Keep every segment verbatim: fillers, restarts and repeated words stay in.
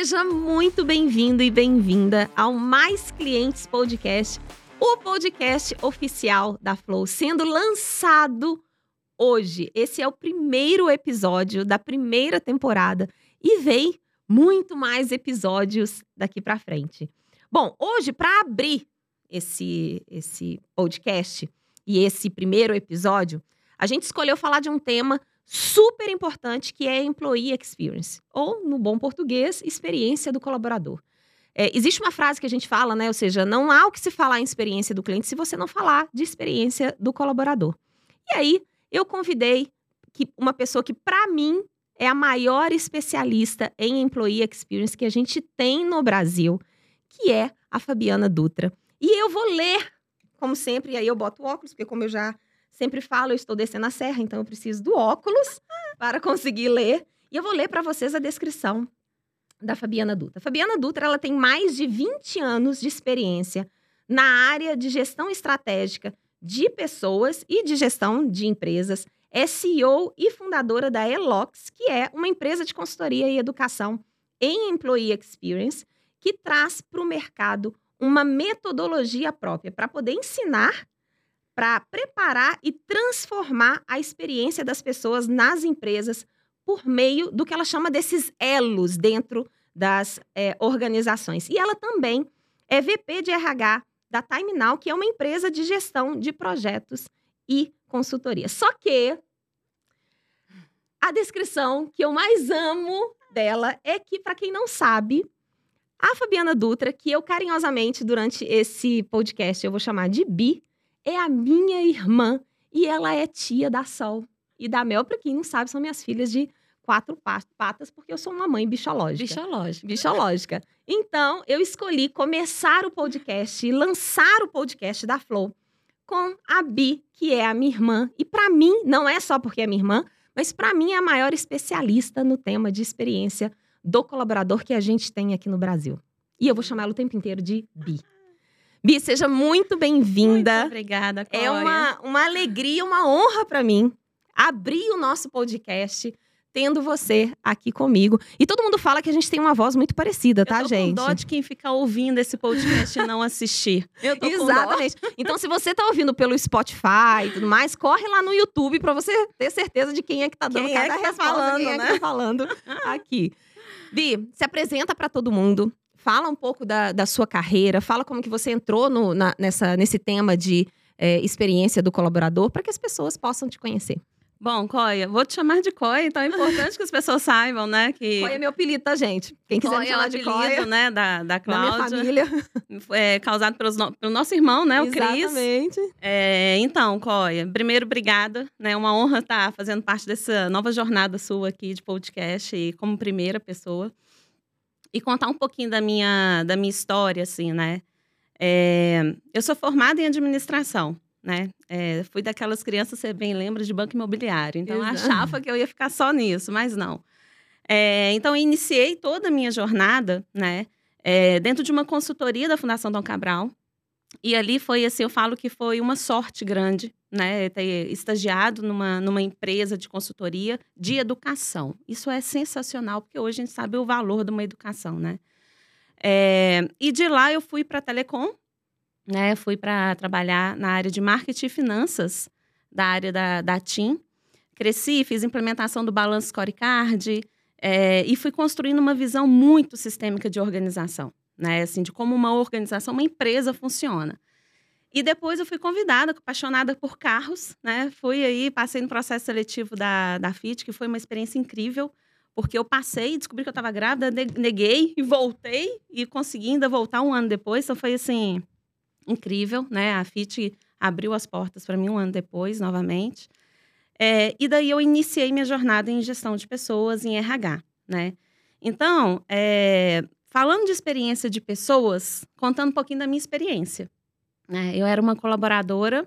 Seja muito bem-vindo e bem-vinda ao Mais Clientes Podcast, o podcast oficial da Flow, sendo lançado hoje. Esse é o primeiro episódio da primeira temporada e vem muito mais episódios daqui pra frente. Bom, hoje, para abrir esse, esse podcast e esse primeiro episódio, a gente escolheu falar de um tema super importante, que é Employee Experience, ou, no bom português, experiência do colaborador. É, existe uma frase que a gente fala, né? Ou seja, não há o que se falar em experiência do cliente se você não falar de experiência do colaborador. E aí, eu convidei que, uma pessoa que, para mim, é a maior especialista em Employee Experience que a gente tem no Brasil, que é a Fabiana Dutra. E eu vou ler, como sempre, e aí eu boto o óculos, porque como eu já sempre falo, eu estou descendo a serra, então eu preciso do óculos para conseguir ler. E eu vou ler para vocês a descrição da Fabiana Dutra. A Fabiana Dutra, ela tem mais de vinte anos de experiência na área de gestão estratégica de pessoas e de gestão de empresas. É C E O e fundadora da Elox, que é uma empresa de consultoria e educação em Employee Experience, que traz para o mercado uma metodologia própria para poder ensinar, para preparar e transformar a experiência das pessoas nas empresas por meio do que ela chama desses elos dentro das é, organizações. E ela também é V P de R H da Time Now, que é uma empresa de gestão de projetos e consultoria. Só que a descrição que eu mais amo dela é que, para quem não sabe, a Fabiana Dutra, que eu carinhosamente durante esse podcast eu vou chamar de Bi, é a minha irmã e ela é tia da Sol e da Mel. Para quem não sabe, são minhas filhas de quatro patas, porque eu sou uma mãe bichológica. Bichológica. Bichológica. Então, eu escolhi começar o podcast e lançar o podcast da Flow com a Bi, que é a minha irmã. E para mim, não é só porque é minha irmã, mas para mim é a maior especialista no tema de experiência do colaborador que a gente tem aqui no Brasil. E eu vou chamar ela o tempo inteiro de Bi. Bi, seja muito bem-vinda. Muito obrigada, Cóia. É uma, uma alegria, uma honra para mim abrir o nosso podcast tendo você aqui comigo. E todo mundo fala que a gente tem uma voz muito parecida, tá, eu tô gente? com dó de quem fica ouvindo esse podcast e não assistir. Eu tô Exatamente. Com dó. Então, se você tá ouvindo pelo Spotify e tudo mais, corre lá no YouTube para você ter certeza de quem é que tá dando quem cada é que tá resposta, falando, quem né? é que tá falando aqui. Bi, se apresenta para todo mundo. Fala um pouco da, da sua carreira, fala como que você entrou no, na, nessa, nesse tema de é, experiência do colaborador, para que as pessoas possam te conhecer. Bom, Cóia, vou te chamar de Cóia, então é importante que as pessoas saibam, né? Que Cóia é meu apelido, tá, gente? Quem quiser Cóia me chamar é o de apelido, Cóia, né, da, da Cláudia. Da minha família. É causado pelos no, pelo nosso irmão, né, o Cris. Exatamente. É, então, Cóia, primeiro, obrigada. É né, uma honra estar fazendo parte dessa nova jornada sua aqui de podcast e como primeira pessoa. E contar um pouquinho da minha, da minha história, assim, né? É, eu sou formada em administração, né? É, fui daquelas crianças, você bem lembra, de banco imobiliário. Então, eu achava que eu ia ficar só nisso, mas não. É, então, eu iniciei toda a minha jornada, né? É, dentro de uma consultoria da Fundação Dom Cabral. E ali foi, assim, eu falo que foi uma sorte grande, né? Ter estagiado numa, numa empresa de consultoria de educação. Isso é sensacional, porque hoje a gente sabe o valor de uma educação, né? É, e de lá eu fui para a Telecom, né? Fui para trabalhar na área de marketing e finanças, da área da, da TIM. Cresci, fiz implementação do balanço scorecard é, e fui construindo uma visão muito sistêmica de organização. Né, assim, de como uma organização, uma empresa funciona. E depois eu fui convidada, apaixonada por carros, né? Fui aí, passei no processo seletivo da, da Fiat, que foi uma experiência incrível, porque eu passei, descobri que eu estava grávida, neguei e voltei, e consegui ainda voltar um ano depois. Então foi, assim, incrível, né? A Fiat abriu as portas para mim um ano depois, novamente. É, e daí eu iniciei minha jornada em gestão de pessoas, em R H, né? Então, é... falando de experiência de pessoas, contando um pouquinho da minha experiência. Né? Eu era uma colaboradora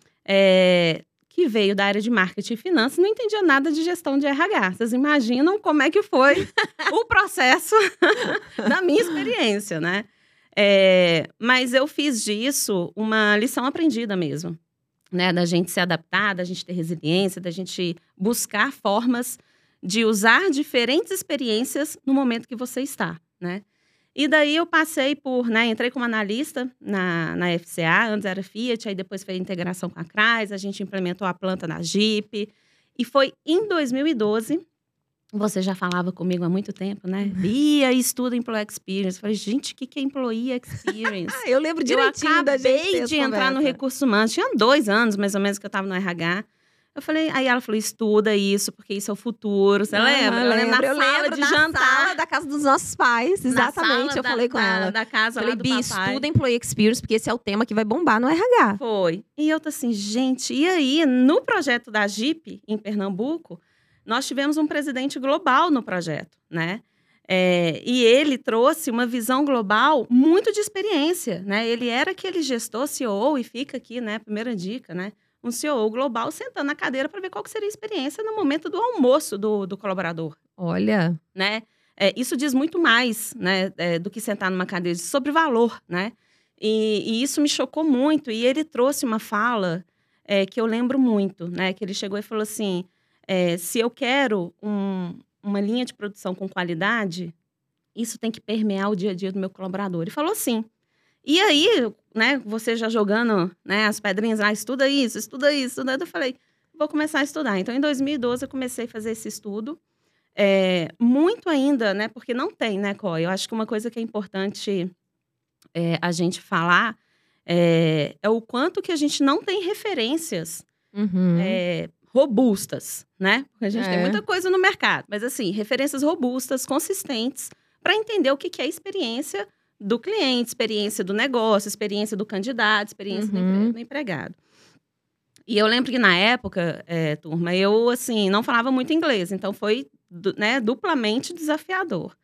é, que veio da área de marketing e finanças, não entendia nada de gestão de R H. Vocês imaginam como é que foi o processo da minha experiência, né? É, mas eu fiz disso uma lição aprendida mesmo. Né? Da gente se adaptar, da gente ter resiliência, da gente buscar formas de usar diferentes experiências no momento que você está. né? E daí eu passei por, né, entrei como analista na, na F C A, antes era Fiat, aí depois foi a integração com a Chrysler, a gente implementou a planta na Jeep. E foi em dois mil e doze, você já falava comigo há muito tempo, né? Bia, estuda Employee Experience. Eu falei, gente, o que, que é Employee Experience? Eu lembro direitinho eu da gente ter acabei essa de entrar no conversa. recurso humano, tinha dois anos mais ou menos que eu estava no R H. Eu falei, aí ela falou, estuda isso, porque isso é o futuro. Você Ah, lembra? Eu lembro na eu sala lembro de da jantar. sala da casa dos nossos pais, Na exatamente, sala eu da- falei com da- ela. Da casa Falei, lá do Bi, papai. estuda Employee Experience, porque esse é o tema que vai bombar no R H. Foi. E eu tô assim, gente, e aí, no projeto da Jeep, em Pernambuco, nós tivemos um presidente global no projeto, né? É, e ele trouxe uma visão global muito de experiência, né? Ele era aquele gestor, C E O, e fica aqui, né? Primeira dica, né? Um C E O global sentando na cadeira para ver qual que seria a experiência no momento do almoço do, do colaborador, Olha, né? É, isso diz muito mais, né, é, do que sentar numa cadeira, diz sobre valor, né? E, e isso me chocou muito. E ele trouxe uma fala é, que eu lembro muito, né? Que ele chegou e falou assim, é, se eu quero um, uma linha de produção com qualidade, isso tem que permear o dia a dia do meu colaborador. Ele falou assim. E aí, né, você já jogando, né, as pedrinhas, ah, estuda isso, estuda isso, estuda. Eu falei, vou começar a estudar. Então, em dois mil e doze, eu comecei a fazer esse estudo. É, muito ainda, né, porque não tem, né, Coy? Eu acho que uma coisa que é importante é, a gente falar é, é o quanto que a gente não tem referências uhum. é, robustas, né? Porque a gente É. tem muita coisa no mercado, mas assim, referências robustas, consistentes, para entender o que que é a experiência do cliente, experiência do negócio, experiência do candidato, experiência do, Uhum. empre- do empregado. E eu lembro que na época, é, turma, eu assim não falava muito inglês, então foi du- né, duplamente desafiador.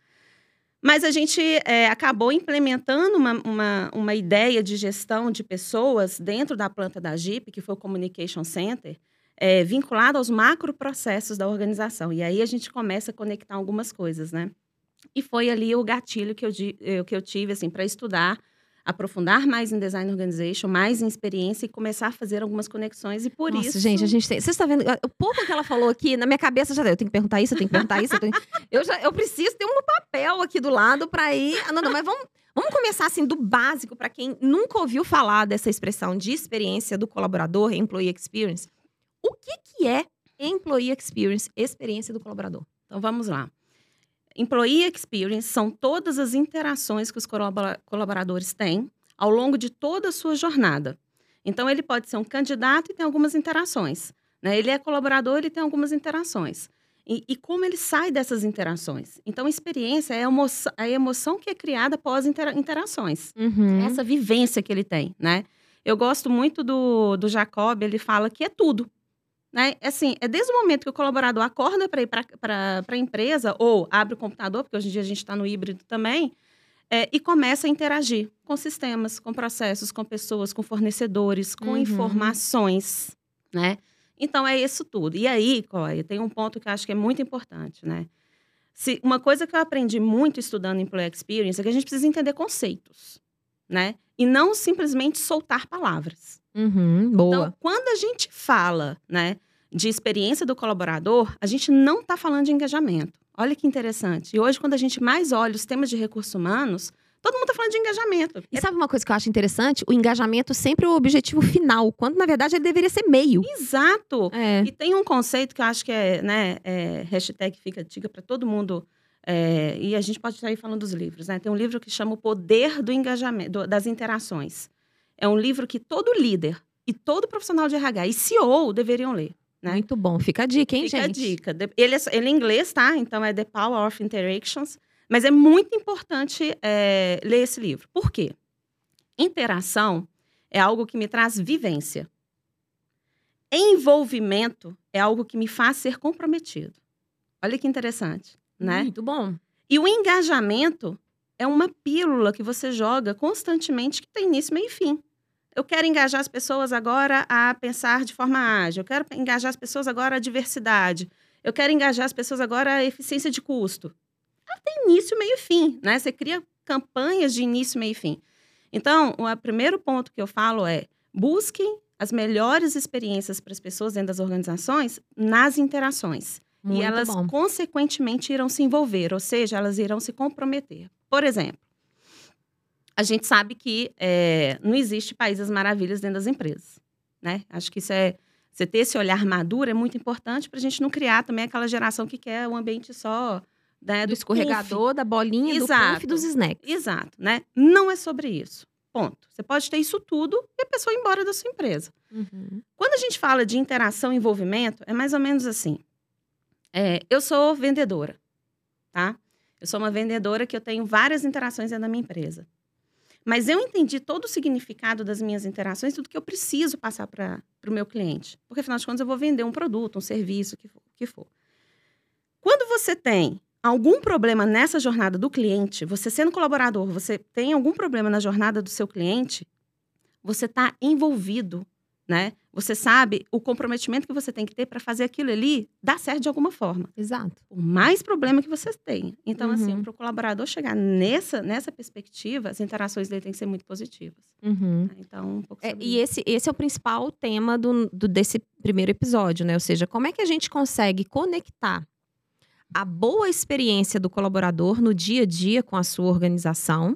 Mas a gente é, acabou implementando uma, uma, uma ideia de gestão de pessoas dentro da planta da Jeep, que foi o Communication Center, é, vinculado aos macroprocessos da organização. E aí a gente começa a conectar algumas coisas, né? E foi ali o gatilho que eu, di- eu- que eu tive, assim, para estudar, aprofundar mais em Design Organization, mais em experiência e começar a fazer algumas conexões. E por Nossa, isso... gente, a gente tem. Você está vendo? O pouco que ela falou aqui, na minha cabeça já deu. Eu tenho que perguntar isso, eu tenho que perguntar isso. Eu, tenho... eu, já, eu preciso ter um papel aqui do lado para ir. Ah, não, não, mas vamos, vamos começar assim do básico, para quem nunca ouviu falar dessa expressão de experiência do colaborador, Employee Experience. O que, que é Employee Experience, experiência do colaborador? Então, vamos lá. Employee Experience são todas as interações que os colabora- colaboradores têm ao longo de toda a sua jornada. Então, ele pode ser um candidato e tem algumas interações, né? Ele é colaborador, ele tem algumas interações. E, e como ele sai dessas interações? Então, experiência é a emoção, a emoção que é criada após intera- interações. Uhum. Essa vivência que ele tem, né? Eu gosto muito do, do Jacob, ele fala que é tudo. Né? Assim, é desde o momento que o colaborador acorda para ir para a empresa ou abre o computador, porque hoje em dia a gente está no híbrido também, é, e começa a interagir com sistemas, com processos, com pessoas, com fornecedores, com Uhum. informações, né? Então, é isso tudo. E aí, Coy, tem um ponto que eu acho que é muito importante, né? Se, uma coisa que eu aprendi muito estudando Employee Experience é que a gente precisa entender conceitos, né? E não simplesmente soltar palavras. Uhum, boa. Então, quando a gente fala, né, de experiência do colaborador, a gente não está falando de engajamento. Olha que interessante. E hoje, quando a gente mais olha os temas de recursos humanos, todo mundo está falando de engajamento. E sabe uma coisa que eu acho interessante? O engajamento sempre é o objetivo final, quando na verdade ele deveria ser meio. Exato. É. E tem um conceito que eu acho que é, né, é, hashtag fica dica para todo mundo. É, e a gente pode estar aí falando dos livros, né? Tem um livro que chama O Poder do Engajamento, do- das Interações. É um livro que todo líder e todo profissional de R H e C E O deveriam ler. Né? Muito bom. Fica a dica, hein, Fica gente? a dica. De- Ele é, ele é em inglês, tá? Então é The Power of Interactions. Mas é muito importante é, ler esse livro. Por quê? Interação é algo que me traz vivência. Envolvimento é algo que me faz ser comprometido. Olha que interessante, né? Muito bom. E o engajamento é uma pílula que você joga constantemente que tem início, meio e fim. Eu quero engajar as pessoas agora a pensar de forma ágil. Eu quero engajar as pessoas agora a diversidade. Eu quero engajar as pessoas agora a eficiência de custo. Ela tem início, meio e fim, né? Você cria campanhas de início, meio e fim. Então, o primeiro ponto que eu falo é: busquem as melhores experiências para as pessoas dentro das organizações nas interações. Muito e elas, bom. consequentemente, irão se envolver, ou seja, elas irão se comprometer. Por exemplo, a gente sabe que é, não existe país das maravilhas dentro das empresas, né? Acho que isso é... Você ter esse olhar maduro é muito importante para a gente não criar também aquela geração que quer um ambiente só... Né, Do, do escorregador, puff. da bolinha, Exato. do puff, dos snacks. Exato, né? Não é sobre isso. Ponto. Você pode ter isso tudo e a pessoa ir embora da sua empresa. Uhum. Quando a gente fala de interação e envolvimento, é mais ou menos assim. É, eu sou vendedora, tá? Eu sou uma vendedora que eu tenho várias interações dentro da minha empresa. Mas eu entendi todo o significado das minhas interações, tudo que eu preciso passar para o meu cliente. Porque, afinal de contas, eu vou vender um produto, um serviço, o que for, que for. Quando você tem algum problema nessa jornada do cliente, você sendo colaborador, você tem algum problema na jornada do seu cliente, você está envolvido, né? Você sabe o comprometimento que você tem que ter para fazer aquilo ali dar certo de alguma forma. Exato. Por mais problema que você tenha. Então, Uhum. assim, para o colaborador chegar nessa, nessa perspectiva, as interações dele têm que ser muito positivas. Uhum. Né? Então, um pouco É, sobre e esse, esse é o principal tema do, do- desse primeiro episódio, né? Ou seja, como é que a gente consegue conectar a boa experiência do colaborador no dia a dia com a sua organização,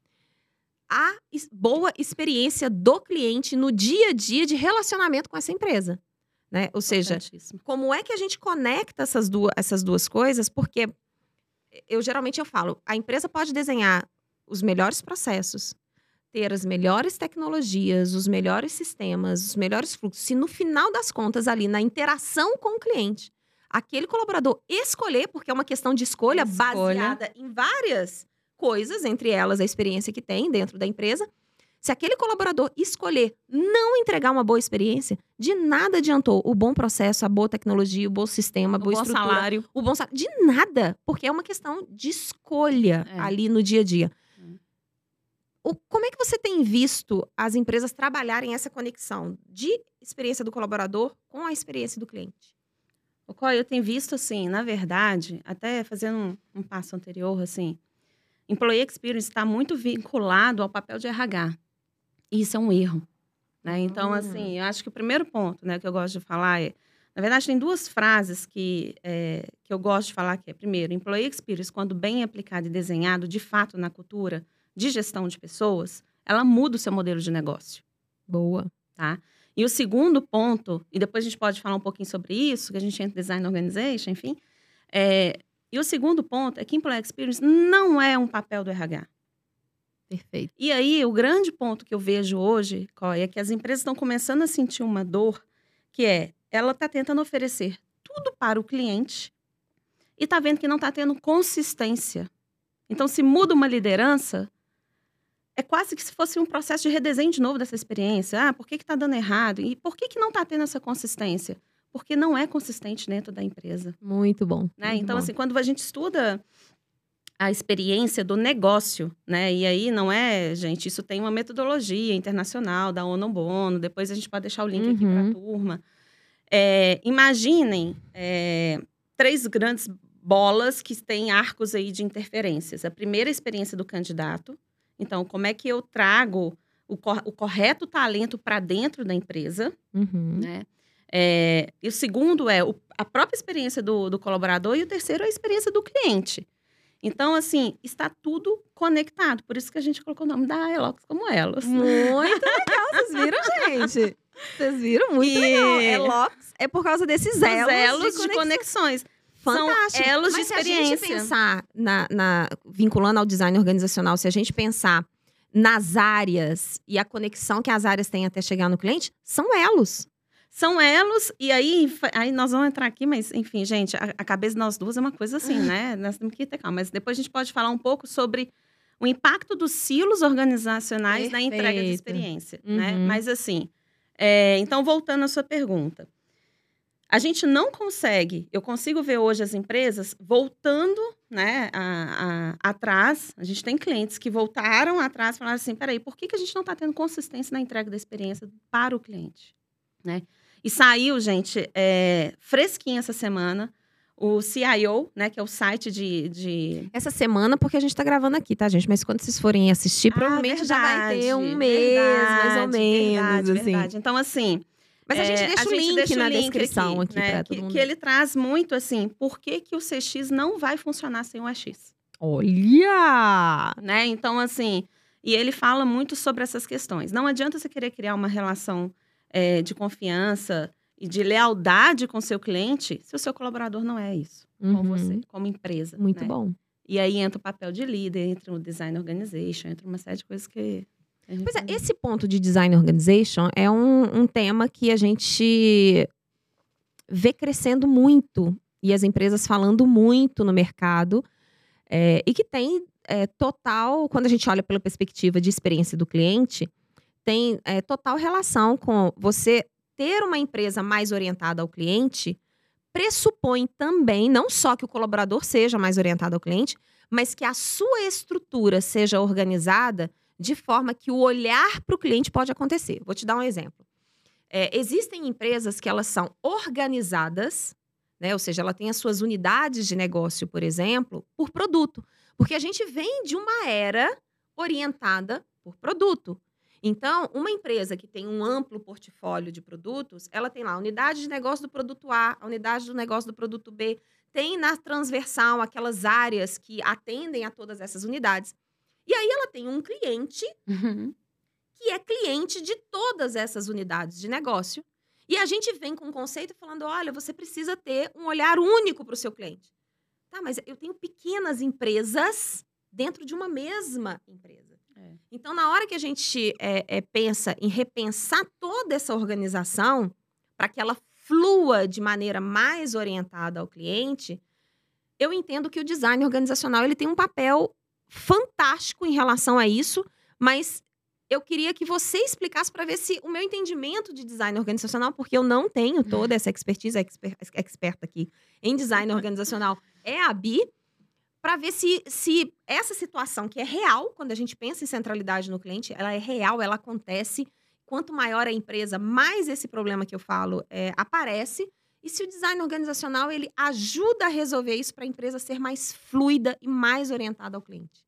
a es- boa experiência do cliente no dia a dia de relacionamento com essa empresa, né? Ou seja, importantíssimo. como é que a gente conecta essas duas, essas duas coisas? Porque eu geralmente eu falo, a empresa pode desenhar os melhores processos, ter as melhores tecnologias, os melhores sistemas, os melhores fluxos. Se no final das contas, ali na interação com o cliente, aquele colaborador escolher, porque é uma questão de escolha, Escolha. baseada em várias coisas, entre elas a experiência que tem dentro da empresa. Se aquele colaborador escolher não entregar uma boa experiência, de nada adiantou o bom processo, a boa tecnologia, o bom sistema, a O boa bom estrutura, salário. o bom salário. De nada, porque é uma questão de escolha É. ali no dia a dia. Hum. O, como é que você tem visto as empresas trabalharem essa conexão de experiência do colaborador com a experiência do cliente? O qual eu tenho visto, assim, na verdade, até fazendo um, um passo anterior, assim, Employee Experience está muito vinculado ao papel de R H. E isso é um erro, né? Então, Hum. assim, eu acho que o primeiro ponto, né, que eu gosto de falar é... Na verdade, tem duas frases que, é, que eu gosto de falar, que é, primeiro, Employee Experience, quando bem aplicado e desenhado, de fato, na cultura de gestão de pessoas, ela muda o seu modelo de negócio, Boa. tá? E o segundo ponto, e depois a gente pode falar um pouquinho sobre isso, que a gente entra em Design Organization, enfim. É, e o segundo ponto é que Employee Experience não é um papel do R H. Perfeito. E aí, o grande ponto que eu vejo hoje, Coy, é que as empresas estão começando a sentir uma dor, que é, ela está tentando oferecer tudo para o cliente e está vendo que não está tendo consistência. Então, se muda uma liderança, é quase que se fosse um processo de redesenho de novo dessa experiência. Ah, por que está dando errado? E por que, que não está tendo essa consistência? Porque não é consistente dentro da empresa. Muito bom. Né? Muito Então, bom. assim, quando a gente estuda a experiência do negócio, né? E aí não é, gente, isso tem uma metodologia internacional da ONU Bono, depois a gente pode deixar o link aqui para a Uhum. turma. É, imaginem é, três grandes bolas que têm arcos aí de interferências. A primeira é a experiência do candidato. Então, como é que eu trago o, cor- o correto talento para dentro da empresa, Uhum. né? É, e o segundo é o- a própria experiência do, do colaborador, e o terceiro é a experiência do cliente. Então, assim, está tudo conectado. Por isso que a gente colocou o nome da Elox como Elos. Muito legal, vocês viram, gente? Vocês viram? Muito E- legal. É Lox, é por causa desses Os elos, elos de de conexão. conexões. Fantástico. São elos de Mas se a gente experiência. pensar, na, na- vinculando ao design organizacional, se a gente pensar nas áreas e a conexão que as áreas têm até chegar no cliente, são elos. São elos, e aí, fa- aí nós vamos entrar aqui, mas enfim, gente, a, a cabeça de nós duas é uma coisa assim, né? Nós temos que ter calma. Mas depois a gente pode falar um pouco sobre o impacto dos silos organizacionais na entrega de Perfeito. experiência, né? Uhum. Mas assim, é, então voltando à sua pergunta. A gente não consegue, eu consigo ver hoje as empresas voltando, né, a- a- atrás. A gente tem clientes que voltaram atrás e falaram assim, peraí, por que, que a gente não está tendo consistência na entrega da experiência para o cliente, né? E saiu, gente, é, fresquinho essa semana, o C I O, né, que é o site de... de... Essa semana, porque a gente tá gravando aqui, tá, gente? Mas quando vocês forem assistir, provavelmente Ah, já vai ter verdade, um mês, mais ou verdade, menos, verdade, assim. verdade. Então, assim... Mas a gente É, deixa o link deixa o na link descrição aqui, né, pra que, todo mundo. que ele traz muito assim, por que, que o C X não vai funcionar sem o A X? Olha! Né? Então, assim, e ele fala muito sobre essas questões. Não adianta você querer criar uma relação é, de confiança e de lealdade com o seu cliente se o seu colaborador não é isso, com Uhum. você, como empresa. Muito né? bom. E aí entra o papel de líder, entra o design organization, entra uma série de coisas que... Pois é, esse ponto de design organization é um, um tema que a gente vê crescendo muito e as empresas falando muito no mercado é, e que tem é, total, quando a gente olha pela perspectiva de experiência do cliente, tem é, total relação com você ter uma empresa mais orientada ao cliente, pressupõe também, não só que o colaborador seja mais orientado ao cliente, mas que a sua estrutura seja organizada de forma que o olhar para o cliente pode acontecer. Vou te dar um exemplo. É, existem empresas que elas são organizadas, né? Ou seja, ela tem as suas unidades de negócio, por exemplo, por produto. Porque a gente vem de uma era orientada por produto. Então, uma empresa que tem um amplo portfólio de produtos, ela tem lá a unidade de negócio do produto A, a unidade do negócio do produto B, tem na transversal aquelas áreas que atendem a todas essas unidades. E aí ela tem um cliente Uhum. que é cliente de todas essas unidades de negócio. E a gente vem com um conceito falando, olha, você precisa ter um olhar único para o seu cliente. Tá, mas eu tenho pequenas empresas dentro de uma mesma empresa. É. Então, na hora que a gente é, é, pensa em repensar toda essa organização para que ela flua de maneira mais orientada ao cliente, eu entendo que o design organizacional ele tem um papel fantástico em relação a isso, mas eu queria que você explicasse para ver se o meu entendimento de design organizacional, porque eu não tenho toda essa expertise, exper, experta aqui em design organizacional, é a Bi, para ver se, se essa situação que é real, quando a gente pensa em centralidade no cliente, ela é real, ela acontece. Quanto maior a empresa, mais esse problema que eu falo é, aparece. E se o design organizacional ele ajuda a resolver isso para a empresa ser mais fluida e mais orientada ao cliente.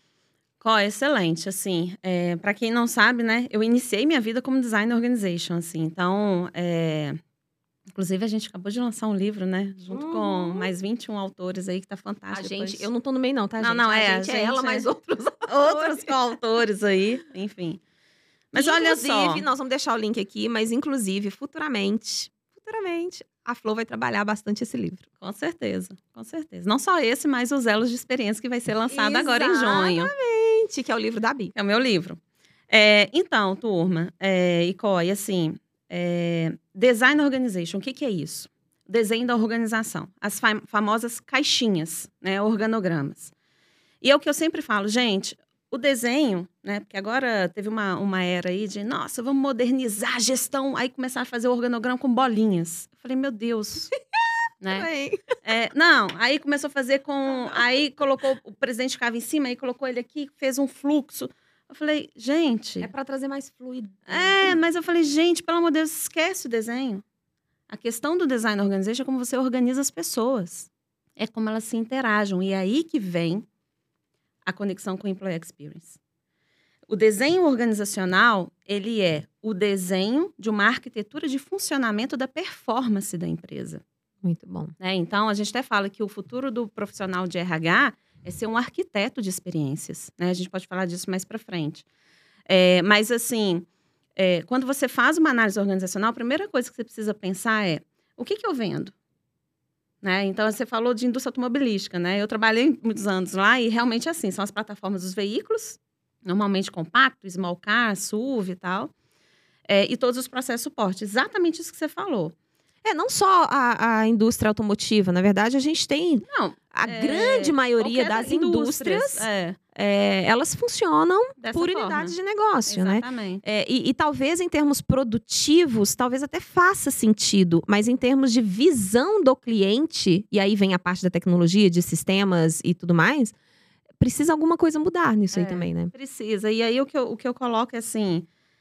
Có, excelente, assim, é, para quem não sabe, né, eu iniciei minha vida como design organization, assim, então, é, inclusive a gente acabou de lançar um livro, né, junto uhum. com mais vinte e um autores aí, que tá fantástico. A gente, depois... eu não tô no meio não, tá, não, gente? Não, a é, gente a é gente ela, é... mas outros outros coautores aí, enfim. Mas olha só. Inclusive, nós vamos deixar o link aqui, mas inclusive, futuramente, futuramente, a Flo vai trabalhar bastante esse livro. Com certeza, com certeza. Não só esse, mas os Elos de Experiência, que vai ser lançado Exatamente, agora em junho. Exatamente, que é o livro da Bi. É o meu livro. É, então, turma, é, e Coi, assim, é, Design Organization, o que, que é isso? Desenho da organização. As fam famosas caixinhas, né, organogramas. E é o que eu sempre falo, gente, o desenho, né, porque agora teve uma, uma era aí de, nossa, vamos modernizar a gestão, aí começar a fazer o organograma com bolinhas. Eu falei, meu Deus... Né? É, não, aí começou a fazer com... Aí colocou, o presidente ficava em cima, aí colocou ele aqui, fez um fluxo. Eu falei, gente... É para trazer mais fluido. É, mas eu falei, gente, pelo amor de Deus, esquece o desenho. A questão do design organization é como você organiza as pessoas. É como elas se interagem. E é aí que vem a conexão com o employee experience. O desenho organizacional, ele é o desenho de uma arquitetura de funcionamento da performance da empresa. Muito bom. É, então, a gente até fala que o futuro do profissional de R H é ser um arquiteto de experiências. Né? A gente pode falar disso mais para frente. É, mas, assim, é, quando você faz uma análise organizacional, a primeira coisa que você precisa pensar é, o que, que eu vendo? Né? Então, você falou de indústria automobilística, né? Eu trabalhei muitos anos lá e realmente, assim, são as plataformas dos veículos, normalmente compacto, small car, S U V e tal, é, e todos os processos de suporte. Exatamente isso que você falou. É, não só a, a indústria automotiva, na verdade, a gente tem não, a é, grande maioria das indústrias, indústrias é. É, elas funcionam Dessa por forma. unidades de negócio, Exatamente. né? É, e, e talvez em termos produtivos, talvez até faça sentido, mas em termos de visão do cliente, e aí vem a parte da tecnologia, de sistemas e tudo mais, precisa alguma coisa mudar nisso é, aí também, né? Precisa. E aí o que eu, o que eu coloco é assim,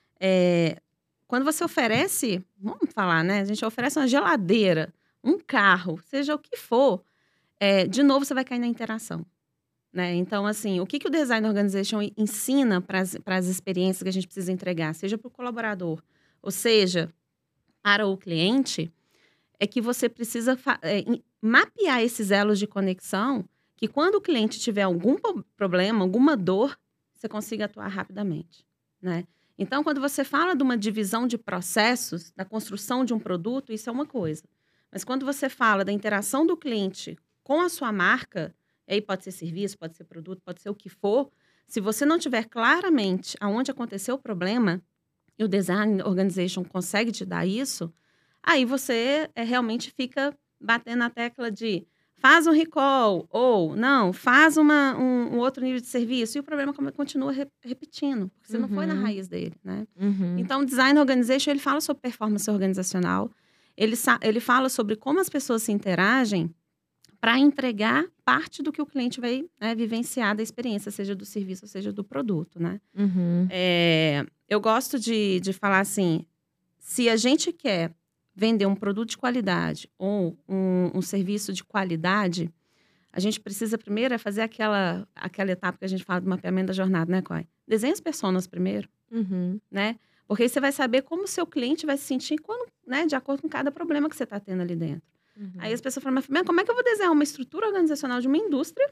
é, quando você oferece, vamos falar, né? A gente oferece uma geladeira, um carro, seja o que for, é, de novo você vai cair na interação. Né? Então, assim, o que, que o Design Organization ensina para as experiências que a gente precisa entregar, seja para o colaborador, ou seja, para o cliente, é que você precisa é, mapear esses elos de conexão que quando o cliente tiver algum problema, alguma dor, você consiga atuar rapidamente, né? Então, quando você fala de uma divisão de processos, da construção de um produto, isso é uma coisa. Mas quando você fala da interação do cliente com a sua marca, aí pode ser serviço, pode ser produto, pode ser o que for, se você não tiver claramente aonde aconteceu o problema, e o design organization consegue te dar isso, aí você é, realmente fica batendo na tecla de faz um recall, ou não, faz uma, um, um outro nível de serviço, e o problema continua re repetindo, porque você uhum. não foi na raiz dele, né? Uhum. Então, o design organization, ele fala sobre performance organizacional, ele, ele fala sobre como as pessoas se interagem para entregar parte do que o cliente vai, né, vivenciar da experiência, seja do serviço, seja do produto, né? Uhum. É, eu gosto de, de falar assim, se a gente quer vender um produto de qualidade ou um, um serviço de qualidade, a gente precisa primeiro é fazer aquela, aquela etapa que a gente fala do mapeamento da jornada, né, Coy? Desenha as personas primeiro, uhum. né? Porque aí você vai saber como o seu cliente vai se sentir quando, né, de acordo com cada problema que você está tendo ali dentro. Uhum. Aí as pessoas falam, mas como é que eu vou desenhar uma estrutura organizacional de uma indústria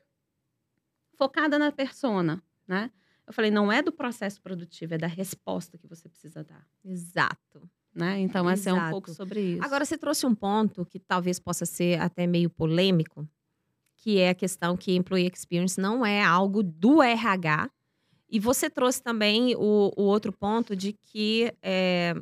focada na persona, né? Eu falei, não é do processo produtivo, é da resposta que você precisa dar. Exato. Né? Então, essa é um pouco sobre isso. Agora, você trouxe um ponto que talvez possa ser até meio polêmico, que é a questão que Employee Experience não é algo do R H. E você trouxe também o, o outro ponto de que, é,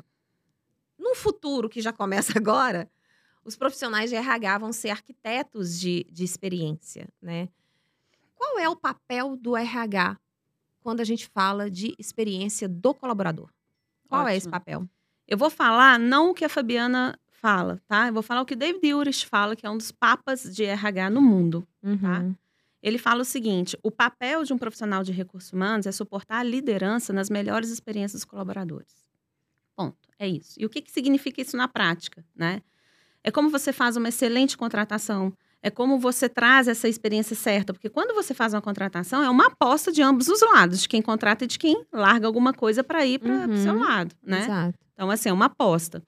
no futuro, que já começa agora, os profissionais de R H vão ser arquitetos de, de experiência, né? Qual é o papel do R H quando a gente fala de experiência do colaborador? Qual Ótimo. é esse papel? Eu vou falar não o que a Fabiana fala, tá? Eu vou falar o que David Urich fala, que é um dos papas de R H no mundo, uhum. tá? Ele fala o seguinte, o papel de um profissional de recursos humanos é suportar a liderança nas melhores experiências dos colaboradores. Ponto. É isso. E o que, que significa isso na prática, né? É como você faz uma excelente contratação, é como você traz essa experiência certa, porque quando você faz uma contratação, é uma aposta de ambos os lados, de quem contrata e de quem larga alguma coisa para ir para o uhum. seu lado, né? Exato. Então, assim, é uma aposta.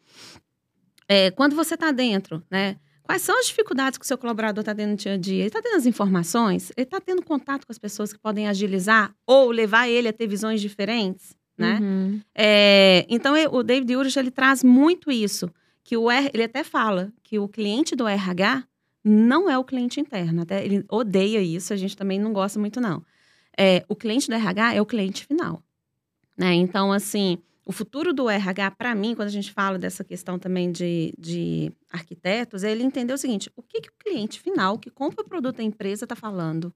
É, quando você está dentro, né? Quais são as dificuldades que o seu colaborador está tendo no dia a dia? Ele está tendo as informações? Ele está tendo contato com as pessoas que podem agilizar ou levar ele a ter visões diferentes, né? Uhum. É, então, o David Urich, ele traz muito isso, que o R, ele até fala que o cliente do R H não é o cliente interno, até ele odeia isso, a gente também não gosta muito, não. É, o cliente do R H é o cliente final, né? Então, assim, o futuro do R H, para mim, quando a gente fala dessa questão também de, de arquitetos, é ele entender o seguinte, o que, que o cliente final, que compra o produto da empresa, está falando?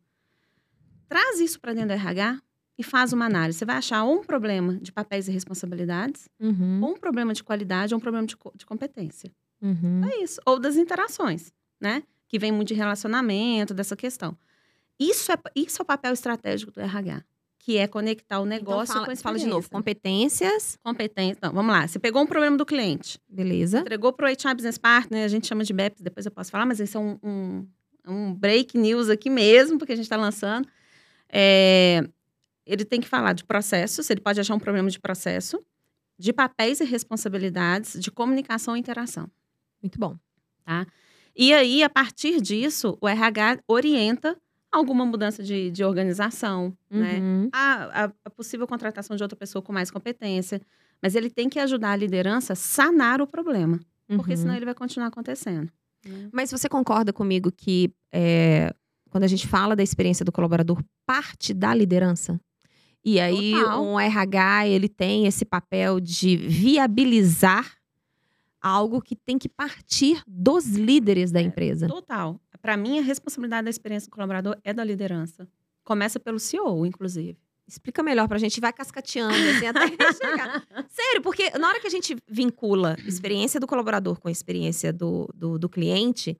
Traz isso para dentro do R H e faz uma análise. Você vai achar ou um problema de papéis e responsabilidades, uhum. ou um problema de qualidade, ou um problema de, de competência. Uhum. É isso. Ou das interações, né? Que vem muito de relacionamento, dessa questão. Isso é, isso é o papel estratégico do R H, que é conectar o negócio então, fala, com a fala de novo, competências. Competência. Então, vamos lá. Você pegou um problema do cliente. Beleza. Entregou para o H R Business Partner, a gente chama de B E P S, depois eu posso falar, mas esse é um, um, um break news aqui mesmo, porque a gente está lançando. É, ele tem que falar de processos, ele pode achar um problema de processo, de papéis e responsabilidades, de comunicação e interação. Muito bom. Tá? E aí, a partir disso, o R H orienta alguma mudança de, de organização, uhum. né? A, a, a possível contratação de outra pessoa com mais competência. Mas ele tem que ajudar a liderança a sanar o problema. Uhum. Porque senão ele vai continuar acontecendo. Né? Mas você concorda comigo que é, quando a gente fala da experiência do colaborador, parte da liderança? E aí, Total. um R H, ele tem esse papel de viabilizar algo que tem que partir dos líderes da empresa. É, total. Para mim, a responsabilidade da experiência do colaborador é da liderança. Começa pelo C E O, inclusive. Explica melhor pra gente, vai cascateando, assim, até chegar. Sério, porque na hora que a gente vincula experiência do colaborador com a experiência do, do, do cliente,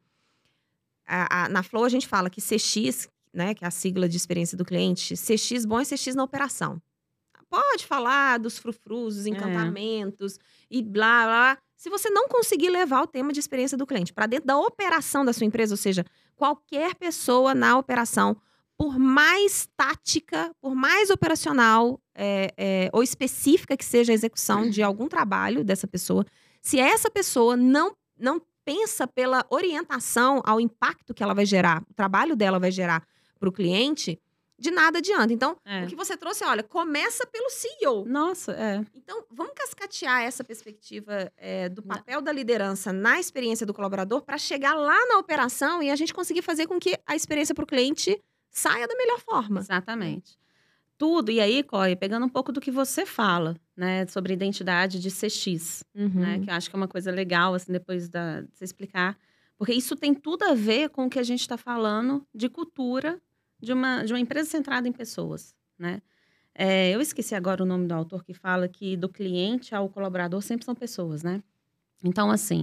a, a, na Flow a gente fala que C X, né, que é a sigla de experiência do cliente, C X bom é C X na operação. Pode falar dos frufrus, dos encantamentos é. e blá, blá. Se você não conseguir levar o tema de experiência do cliente para dentro da operação da sua empresa, ou seja, qualquer pessoa na operação, por mais tática, por mais operacional é, é, ou específica que seja a execução de algum trabalho dessa pessoa, se essa pessoa não, não pensa pela orientação ao impacto que ela vai gerar, o trabalho dela vai gerar para o cliente, de nada adianta. Então, É. o que você trouxe, olha, começa pelo C E O. Nossa, é. Então, vamos cascatear essa perspectiva é, do papel da liderança na experiência do colaborador para chegar lá na operação e a gente conseguir fazer com que a experiência para o cliente saia da melhor forma. Exatamente. Tudo, e aí, Coy, pegando um pouco do que você fala, né, sobre identidade de C X, Uhum. né, que eu acho que é uma coisa legal, assim, depois da, de você explicar, porque isso tem tudo a ver com o que a gente está falando de cultura de uma, de uma empresa centrada em pessoas, né? É, eu esqueci agora o nome do autor que fala que do cliente ao colaborador sempre são pessoas, né? Então, assim,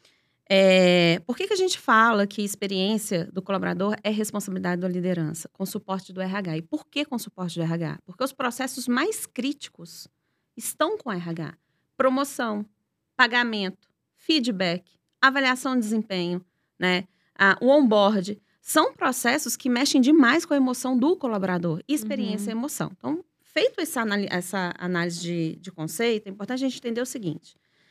é, por que, que a gente fala que experiência do colaborador é responsabilidade da liderança, com suporte do R H? E por que com suporte do R H? Porque os processos mais críticos estão com o R H. Promoção, pagamento, feedback, avaliação de desempenho, né? Ah, o onboard. São processos que mexem demais com a emoção do colaborador. Experiência Uhum. e emoção. Então, feito essa, essa análise de, de conceito, é importante a gente entender o seguinte.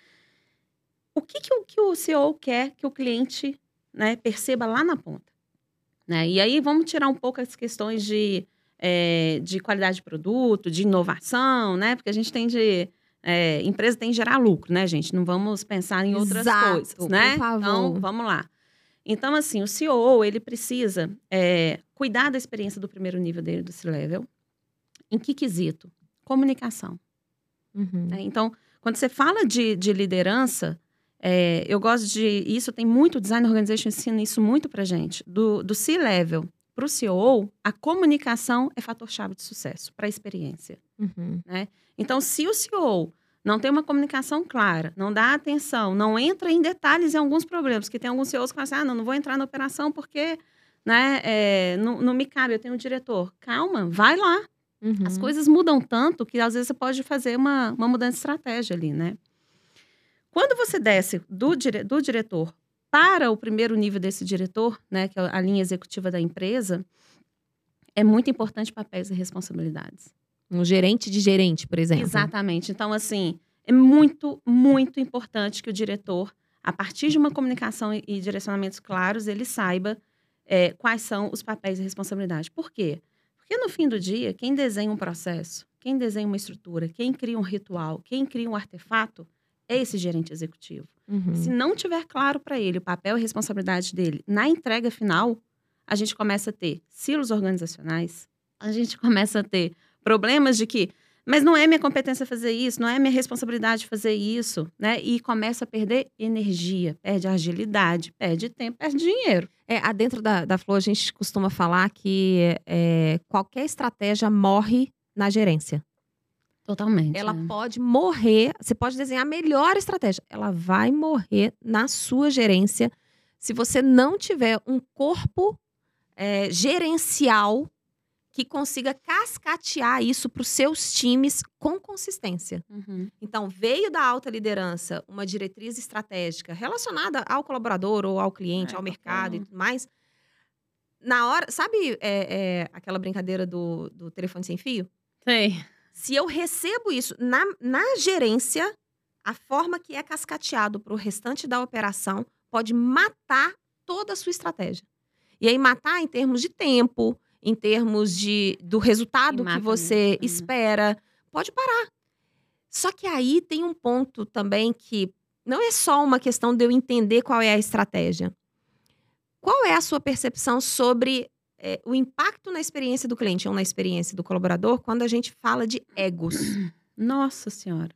O que, que, o, que o C E O quer que o cliente, né, perceba lá na ponta? Né? E aí, vamos tirar um pouco as questões de, é, de qualidade de produto, de inovação, né? Porque a gente tem de... É, empresa tem de gerar lucro, né, gente? Não vamos pensar em outras Exato, coisas, né? por favor. Então, vamos lá. Então, assim, o C E O, ele precisa é, cuidar da experiência do primeiro nível dele, do C-Level. Em que quesito? Comunicação. Uhum. Né? Então, quando você fala de, de liderança, é, eu gosto de... Isso tem muito, o Design Organization ensina isso muito pra gente. Do, do C-Level para o C E O, a comunicação é fator-chave de sucesso para a experiência. Uhum. Né? Então, se o C E O não tem uma comunicação clara, não dá atenção, não entra em detalhes em alguns problemas, que tem alguns C E Os que falam assim, ah, não, não vou entrar na operação porque né, é, não, não me cabe, eu tenho um diretor. Calma, vai lá. Uhum. As coisas mudam tanto que às vezes você pode fazer uma, uma mudança de estratégia ali, né? Quando você desce do, dire, do diretor para o primeiro nível desse diretor, né, que é a linha executiva da empresa, é muito importante papéis e responsabilidades. Um gerente de gerente, por exemplo. Exatamente. Então, assim, é muito, muito importante que o diretor, a partir de uma comunicação e, e direcionamentos claros, ele saiba é, quais são os papéis e responsabilidades. Por quê? Porque, no fim do dia, quem desenha um processo, quem desenha uma estrutura, quem cria um ritual, quem cria um artefato, é esse gerente executivo. Uhum. Se não tiver claro para ele o papel e responsabilidade dele na entrega final, a gente começa a ter silos organizacionais, a gente começa a ter problemas de que, mas não é minha competência fazer isso, não é minha responsabilidade fazer isso, né? E começa a perder energia, perde agilidade, perde tempo, perde dinheiro. É, dentro da, da Flow, a gente costuma falar que é, qualquer estratégia morre na gerência. Totalmente. Ela é. pode morrer, você pode desenhar a melhor estratégia, ela vai morrer na sua gerência se você não tiver um corpo é, gerencial que consiga cascatear isso para os seus times com consistência. Uhum. Então, veio da alta liderança uma diretriz estratégica relacionada ao colaborador ou ao cliente, É, ao mercado bom. e tudo mais. Na hora, sabe é, é, aquela brincadeira do, do telefone sem fio? Sei. Se eu recebo isso na, na gerência, a forma que é cascateado para o restante da operação pode matar toda a sua estratégia. E aí, matar em termos de tempo, em termos de, do resultado que você mesmo, né? espera, pode parar. Só que aí tem um ponto também que não é só uma questão de eu entender qual é a estratégia. Qual é a sua percepção sobre é, o impacto na experiência do cliente ou na experiência do colaborador quando a gente fala de egos? Nossa Senhora.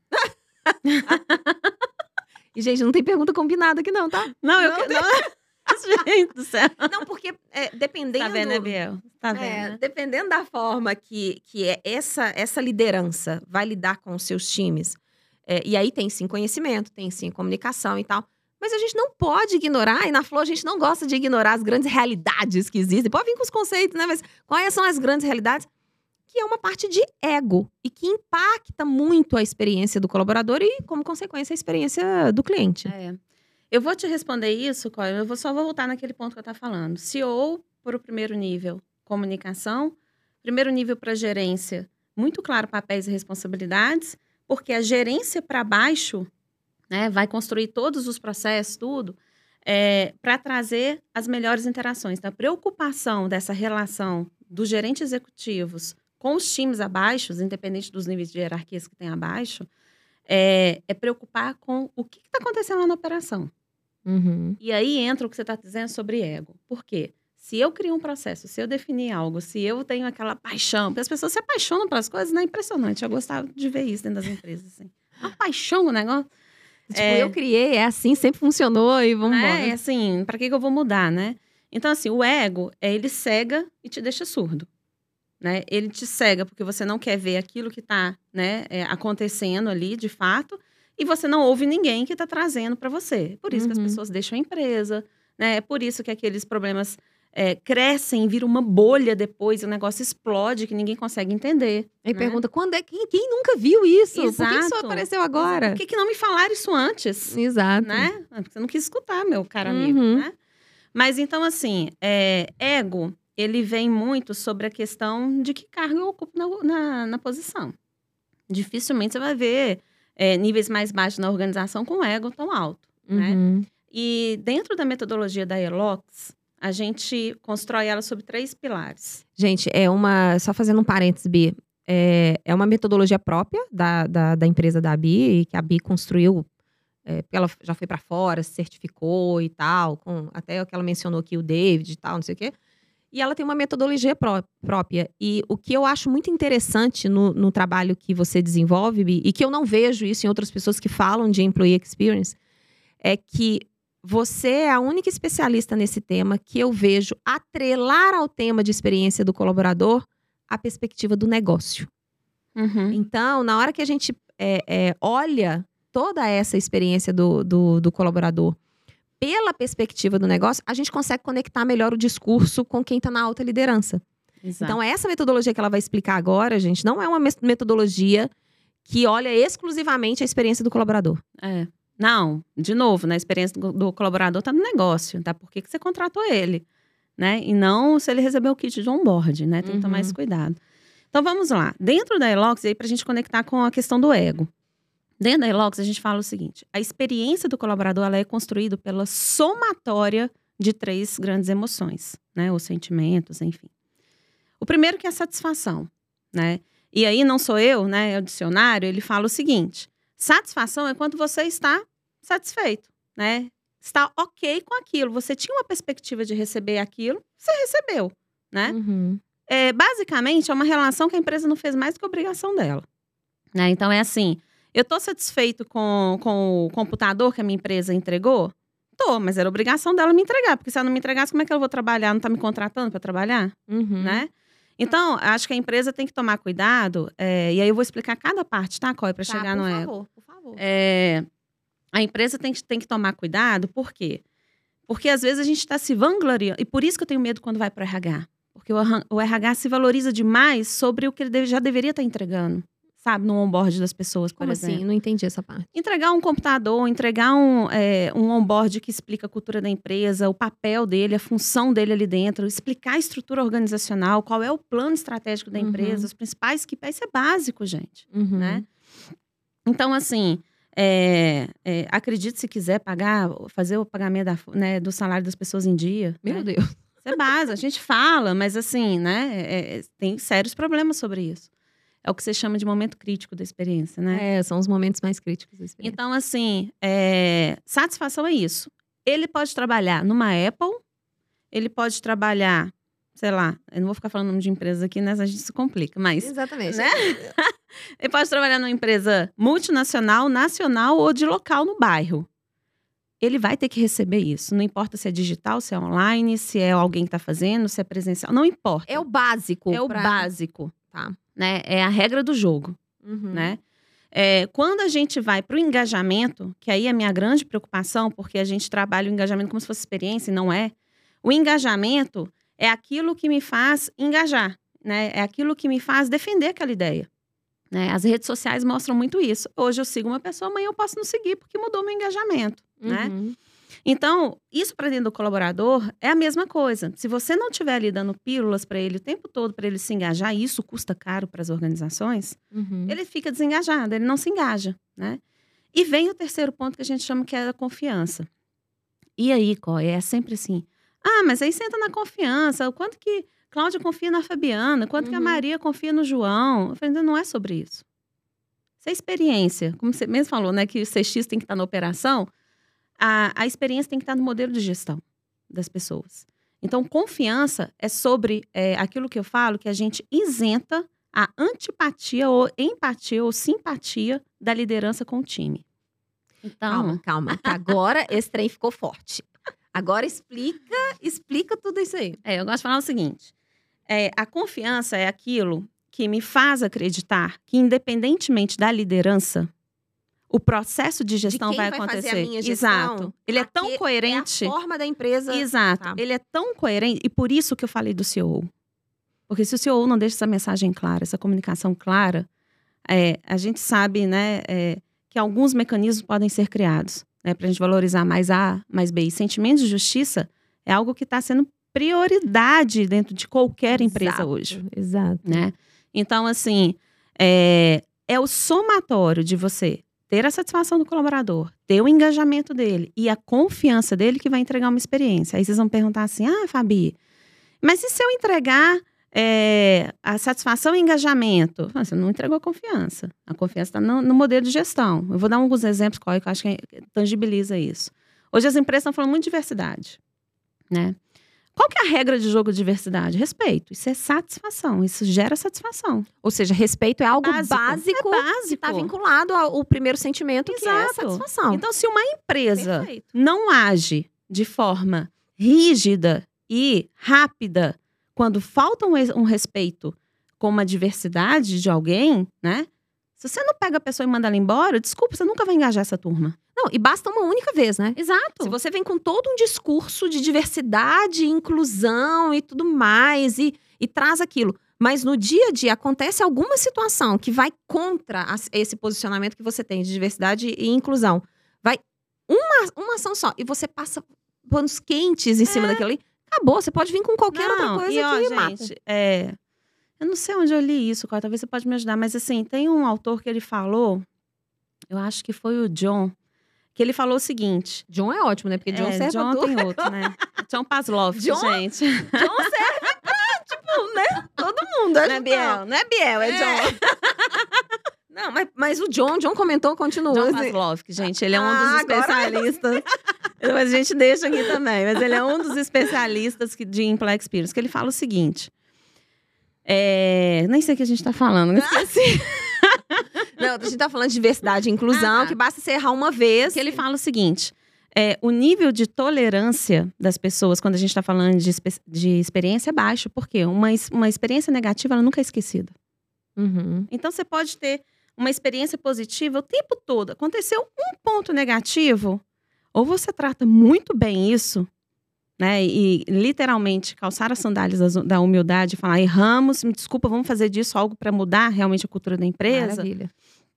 E, gente, não tem pergunta combinada aqui não, tá? Não, eu Não que- tem- não. Gente do céu. Não, porque é, dependendo... Tá vendo, né, Biel? Tá vendo, É, né? dependendo da forma que, que é essa, essa liderança vai lidar com os seus times, é, e aí tem sim conhecimento, tem sim comunicação e tal, mas a gente não pode ignorar, e na Flow a gente não gosta de ignorar as grandes realidades que existem. Pode vir com os conceitos, né? Mas quais são as grandes realidades? Que é uma parte de ego e que impacta muito a experiência do colaborador e, como consequência, a experiência do cliente. É. Eu vou te responder isso, Coy, eu vou só voltar naquele ponto que eu estava falando. C E O para o primeiro nível, comunicação. Primeiro nível para gerência, muito claro papéis e responsabilidades, porque a gerência para baixo, né, vai construir todos os processos, tudo. é, para trazer as melhores interações. Então, a preocupação dessa relação dos gerentes executivos com os times abaixo, independente dos níveis de hierarquias que tem abaixo, é, é preocupar com o que está acontecendo lá na operação. Uhum. E aí entra o que você está dizendo sobre ego. Por quê? Se eu crio um processo, se eu definir algo, se eu tenho aquela paixão, porque as pessoas se apaixonam pelas coisas, não é impressionante. Eu gostava de ver isso dentro das empresas. Assim. Uma paixão no negócio. Tipo, é, eu criei, é assim, sempre funcionou e vamos embora. É, é assim, pra que, que eu vou mudar, né? Então, assim, o ego, é, ele cega e te deixa surdo. Né? Ele te cega porque você não quer ver aquilo que está, né, é, acontecendo ali, de fato, e você não ouve ninguém que está trazendo para você. Por isso uhum. que as pessoas deixam a empresa, né? É por isso que aqueles problemas é, crescem, viram uma bolha depois, o negócio explode, que ninguém consegue entender. Aí né? pergunta, quando é quem, quem nunca viu isso? Exato. Por que isso apareceu agora? Exato. Por que, que não me falaram isso antes? Exato. Né? Porque você não quis escutar, meu caro amigo, uhum. né? Mas então, assim, é, ego... ele vem muito sobre a questão de que cargo eu ocupo na, na, na posição. Dificilmente você vai ver é, níveis mais baixos na organização com ego tão alto, uhum. né? E dentro da metodologia da ELOX, a gente constrói ela sobre três pilares. Gente, é uma... Só fazendo um parênteses, Bi. É, é uma metodologia própria da, da, da empresa da Bi, que a Bi construiu. É, porque ela já foi para fora, se certificou e tal. Com, até o que ela mencionou aqui, o David e tal, não sei o quê. E ela tem uma metodologia pró- própria. E o que eu acho muito interessante no, no trabalho que você desenvolve, Bi, e que eu não vejo isso em outras pessoas que falam de Employee Experience, é que você é a única especialista nesse tema que eu vejo atrelar ao tema de experiência do colaborador a perspectiva do negócio. Uhum. Então, na hora que a gente é, é, olha toda essa experiência do, do, do colaborador pela perspectiva do negócio, a gente consegue conectar melhor o discurso com quem está na alta liderança. Exato. Então, essa metodologia que ela vai explicar agora, gente, não é uma metodologia que olha exclusivamente a experiência do colaborador. É. Não, de novo, na experiência do, do colaborador está no negócio, tá? Por que, que você contratou ele, né? E não se ele recebeu o kit de onboard, né? Tem que tomar Uhum. esse cuidado. Então, vamos lá. Dentro da ELOX, aí para a gente conectar com a questão do ego. Dentro da ELOX, a gente fala o seguinte, a experiência do colaborador ela é construída pela somatória de três grandes emoções, né? Os sentimentos, enfim. O primeiro que é a satisfação, né? E aí não sou eu, né? É o dicionário, ele fala o seguinte, satisfação é quando você está satisfeito, né? Está ok com aquilo, você tinha uma perspectiva de receber aquilo, você recebeu, né? Uhum. É, basicamente, é uma relação que a empresa não fez mais do que a obrigação dela, né? Então, é assim... Eu tô satisfeito com, com o computador que a minha empresa entregou? Tô, mas era obrigação dela me entregar. Porque se ela não me entregasse, como é que eu vou trabalhar? Não tá me contratando para trabalhar? Uhum. Né? Então, acho que a empresa tem que tomar cuidado. É, e aí eu vou explicar cada parte, tá, Coy? Para tá, chegar no ego. Por favor, por favor. É, a empresa tem, tem que tomar cuidado. Por quê? Porque às vezes a gente está se vangloriando. E por isso que eu tenho medo quando vai para o R H. Porque o, o R H se valoriza demais sobre o que ele deve, já deveria estar entregando. Sabe, no onboard das pessoas, por Como exemplo. assim? Não entendi essa parte. Entregar um computador, entregar um, é, um onboard que explica a cultura da empresa, o papel dele, a função dele ali dentro, explicar a estrutura organizacional, qual é o plano estratégico da Uhum. empresa, os principais K P Is, isso é básico, gente. Uhum. Né? Então, assim, é, é, acredite se quiser pagar, fazer o pagamento da, né, do salário das pessoas em dia. Meu né? Deus. Isso é básico, a gente fala, mas assim, né, é, é, tem sérios problemas sobre isso. É o que você chama de momento crítico da experiência, né? É, são os momentos mais críticos da experiência. Então, assim, é... satisfação é isso. Ele pode trabalhar numa Apple, ele pode trabalhar, sei lá, eu não vou ficar falando nome de empresas aqui, né? A gente se complica, mas... Exatamente. Né? Ele pode trabalhar numa empresa multinacional, nacional ou de local no bairro. Ele vai ter que receber isso. Não importa se é digital, se é online, se é alguém que está fazendo, se é presencial. Não importa. É o básico. É o pra... básico. Tá. Né? É a regra do jogo. Uhum. Né? É, quando a gente vai para o engajamento, que aí é a minha grande preocupação, porque a gente trabalha o engajamento como se fosse experiência e não é. O engajamento é aquilo que me faz engajar. Né? É aquilo que me faz defender aquela ideia. Né? As redes sociais mostram muito isso. Hoje eu sigo uma pessoa, amanhã eu posso não seguir, porque mudou meu engajamento. Uhum. Né? Então, isso para dentro do colaborador é a mesma coisa. Se você não estiver ali dando pílulas para ele o tempo todo para ele se engajar, e isso custa caro para as organizações, Uhum. ele fica desengajado, ele não se engaja. Né? E vem o terceiro ponto que a gente chama que é a confiança. E aí, Coy, é sempre assim. Ah, mas aí você entra na confiança. O quanto que Cláudia confia na Fabiana? Quanto uhum. que a Maria confia no João? Eu falei, não é sobre isso. Isso é experiência. Como você mesmo falou, né? Que o C X tem que estar na operação. A, a experiência tem que estar no modelo de gestão das pessoas. Então, confiança é sobre é, aquilo que eu falo, que a gente isenta a antipatia ou empatia ou simpatia da liderança com o time. Então, calma, calma. Que agora esse trem ficou forte. Agora explica, explica tudo isso aí. É, eu gosto de falar o seguinte. É, a confiança é aquilo que me faz acreditar que, independentemente da liderança, o processo de gestão de quem vai, vai acontecer. Fazer a minha gestão, Exato. Ele é tão coerente. É a forma da empresa. Exato. Tá. Ele é tão coerente. E por isso que eu falei do C E O. Porque se o C E O não deixa essa mensagem clara, essa comunicação clara, é, a gente sabe, né, é, que alguns mecanismos podem ser criados, né, para a gente valorizar mais A, mais B. E sentimento de justiça é algo que está sendo prioridade dentro de qualquer empresa exato, hoje. Exato. Né? Então, assim, é, é o somatório de você ter a satisfação do colaborador, ter o engajamento dele e a confiança dele que vai entregar uma experiência. Aí vocês vão perguntar assim, ah, Fabi, mas e se eu entregar é, a satisfação e engajamento? Você não entregou a confiança. A confiança está no, no modelo de gestão. Eu vou dar alguns exemplos, que eu acho que tangibiliza isso. Hoje as empresas estão falando muito de diversidade, né? Qual que é a regra de jogo de diversidade? Respeito. Isso é satisfação. Isso gera satisfação. Ou seja, respeito é algo básico, básico, é básico. que está vinculado ao primeiro sentimento, Exato. Que é a satisfação. Então, se uma empresa Perfeito. Não age de forma rígida e rápida, quando falta um, um respeito com uma diversidade de alguém, né? Se você não pega a pessoa e manda ela embora, desculpa, você nunca vai engajar essa turma. Não, e basta uma única vez, né? Exato. Se você vem com todo um discurso de diversidade, inclusão e tudo mais, e, e traz aquilo, mas no dia a dia acontece alguma situação que vai contra a, esse posicionamento que você tem de diversidade e inclusão, vai uma, uma ação só, e você passa panos quentes em é. cima daquilo ali, acabou, você pode vir com qualquer não, outra coisa e, ó, que gente, mata. É, eu não sei onde eu li isso, Coy, talvez você pode me ajudar, mas assim, tem um autor que ele falou, eu acho que foi o John, que ele falou o seguinte... John é ótimo, né? Porque John é, serve John tudo. tem outro, né? John Pavlov, John, gente. John serve pra, tipo, né? Todo mundo. Não é Biel, não é Biel, é, é. John. Não, mas, mas o John, John comentou, continua. John assim. Pavlov, gente, ele é um ah, dos especialistas. Agora... mas a gente deixa aqui também. Mas ele é um dos especialistas que, de Employee Experience, que ele fala o seguinte... É, nem sei o que a gente tá falando, não esqueci. Não, a gente tá falando de diversidade e inclusão, ah, que basta você errar uma vez. Que ele fala o seguinte, é, o nível de tolerância das pessoas, quando a gente tá falando de, de experiência, é baixo. Por quê? Uma, uma experiência negativa, ela nunca é esquecida. Uhum. Então, você pode ter uma experiência positiva o tempo todo. Aconteceu um ponto negativo, ou você trata muito bem isso, né, e literalmente calçar as sandálias da humildade e falar, erramos, me desculpa, vamos fazer disso algo para mudar realmente a cultura da empresa. Maravilha.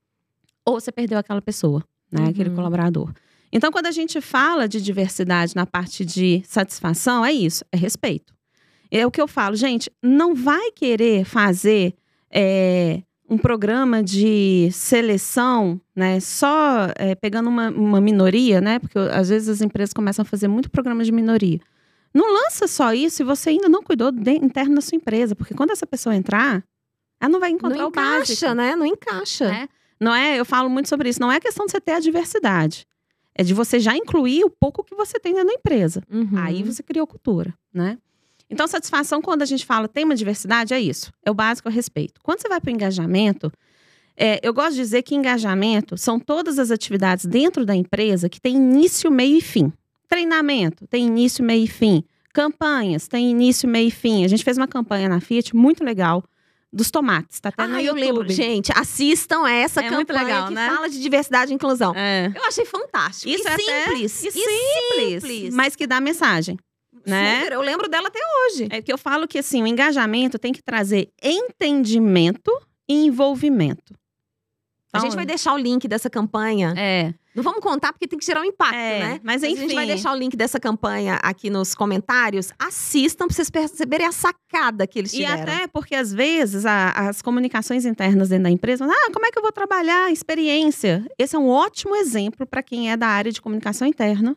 Ou você perdeu aquela pessoa, né, uhum. aquele colaborador. Então, quando a gente fala de diversidade na parte de satisfação, é isso, é respeito. É o que eu falo, gente, não vai querer fazer é, um programa de seleção, né, só é, pegando uma, uma minoria, né, porque às vezes as empresas começam a fazer muito programa de minoria. Não lança só isso se você ainda não cuidou do interno da sua empresa, porque quando essa pessoa entrar, ela não vai encontrar não o básico. Não encaixa, né? Não encaixa. Né? Não é, eu falo muito sobre isso, não é questão de você ter a diversidade. É de você já incluir o pouco que você tem dentro da empresa. Uhum. Aí você criou cultura, né? Então, satisfação, quando a gente fala tem uma diversidade, é isso. É o básico, é o respeito. Quando você vai para o engajamento, é, eu gosto de dizer que engajamento são todas as atividades dentro da empresa que tem início, meio e fim. Treinamento tem início, meio e fim. Campanhas tem início, meio e fim. A gente fez uma campanha na Fiat muito legal dos tomates. Tá até ah, no eu YouTube. lembro. Gente, assistam essa é campanha muito legal, que né? fala de diversidade e inclusão. É. Eu achei fantástico. Isso e é simples. Até... E, e simples, simples. Mas que dá mensagem. Né? Super, eu lembro dela até hoje. É que eu falo que assim, o engajamento tem que trazer entendimento e envolvimento. Então, a gente vai deixar o link dessa campanha. É. Não vamos contar porque tem que gerar um impacto, é, né? Mas, enfim. Mas a gente vai deixar o link dessa campanha aqui nos comentários. Assistam pra vocês perceberem a sacada que eles tiveram. E até porque, às vezes, a, as comunicações internas dentro da empresa... Ah, como é que eu vou trabalhar? Experiência. Esse é um ótimo exemplo para quem é da área de comunicação interna.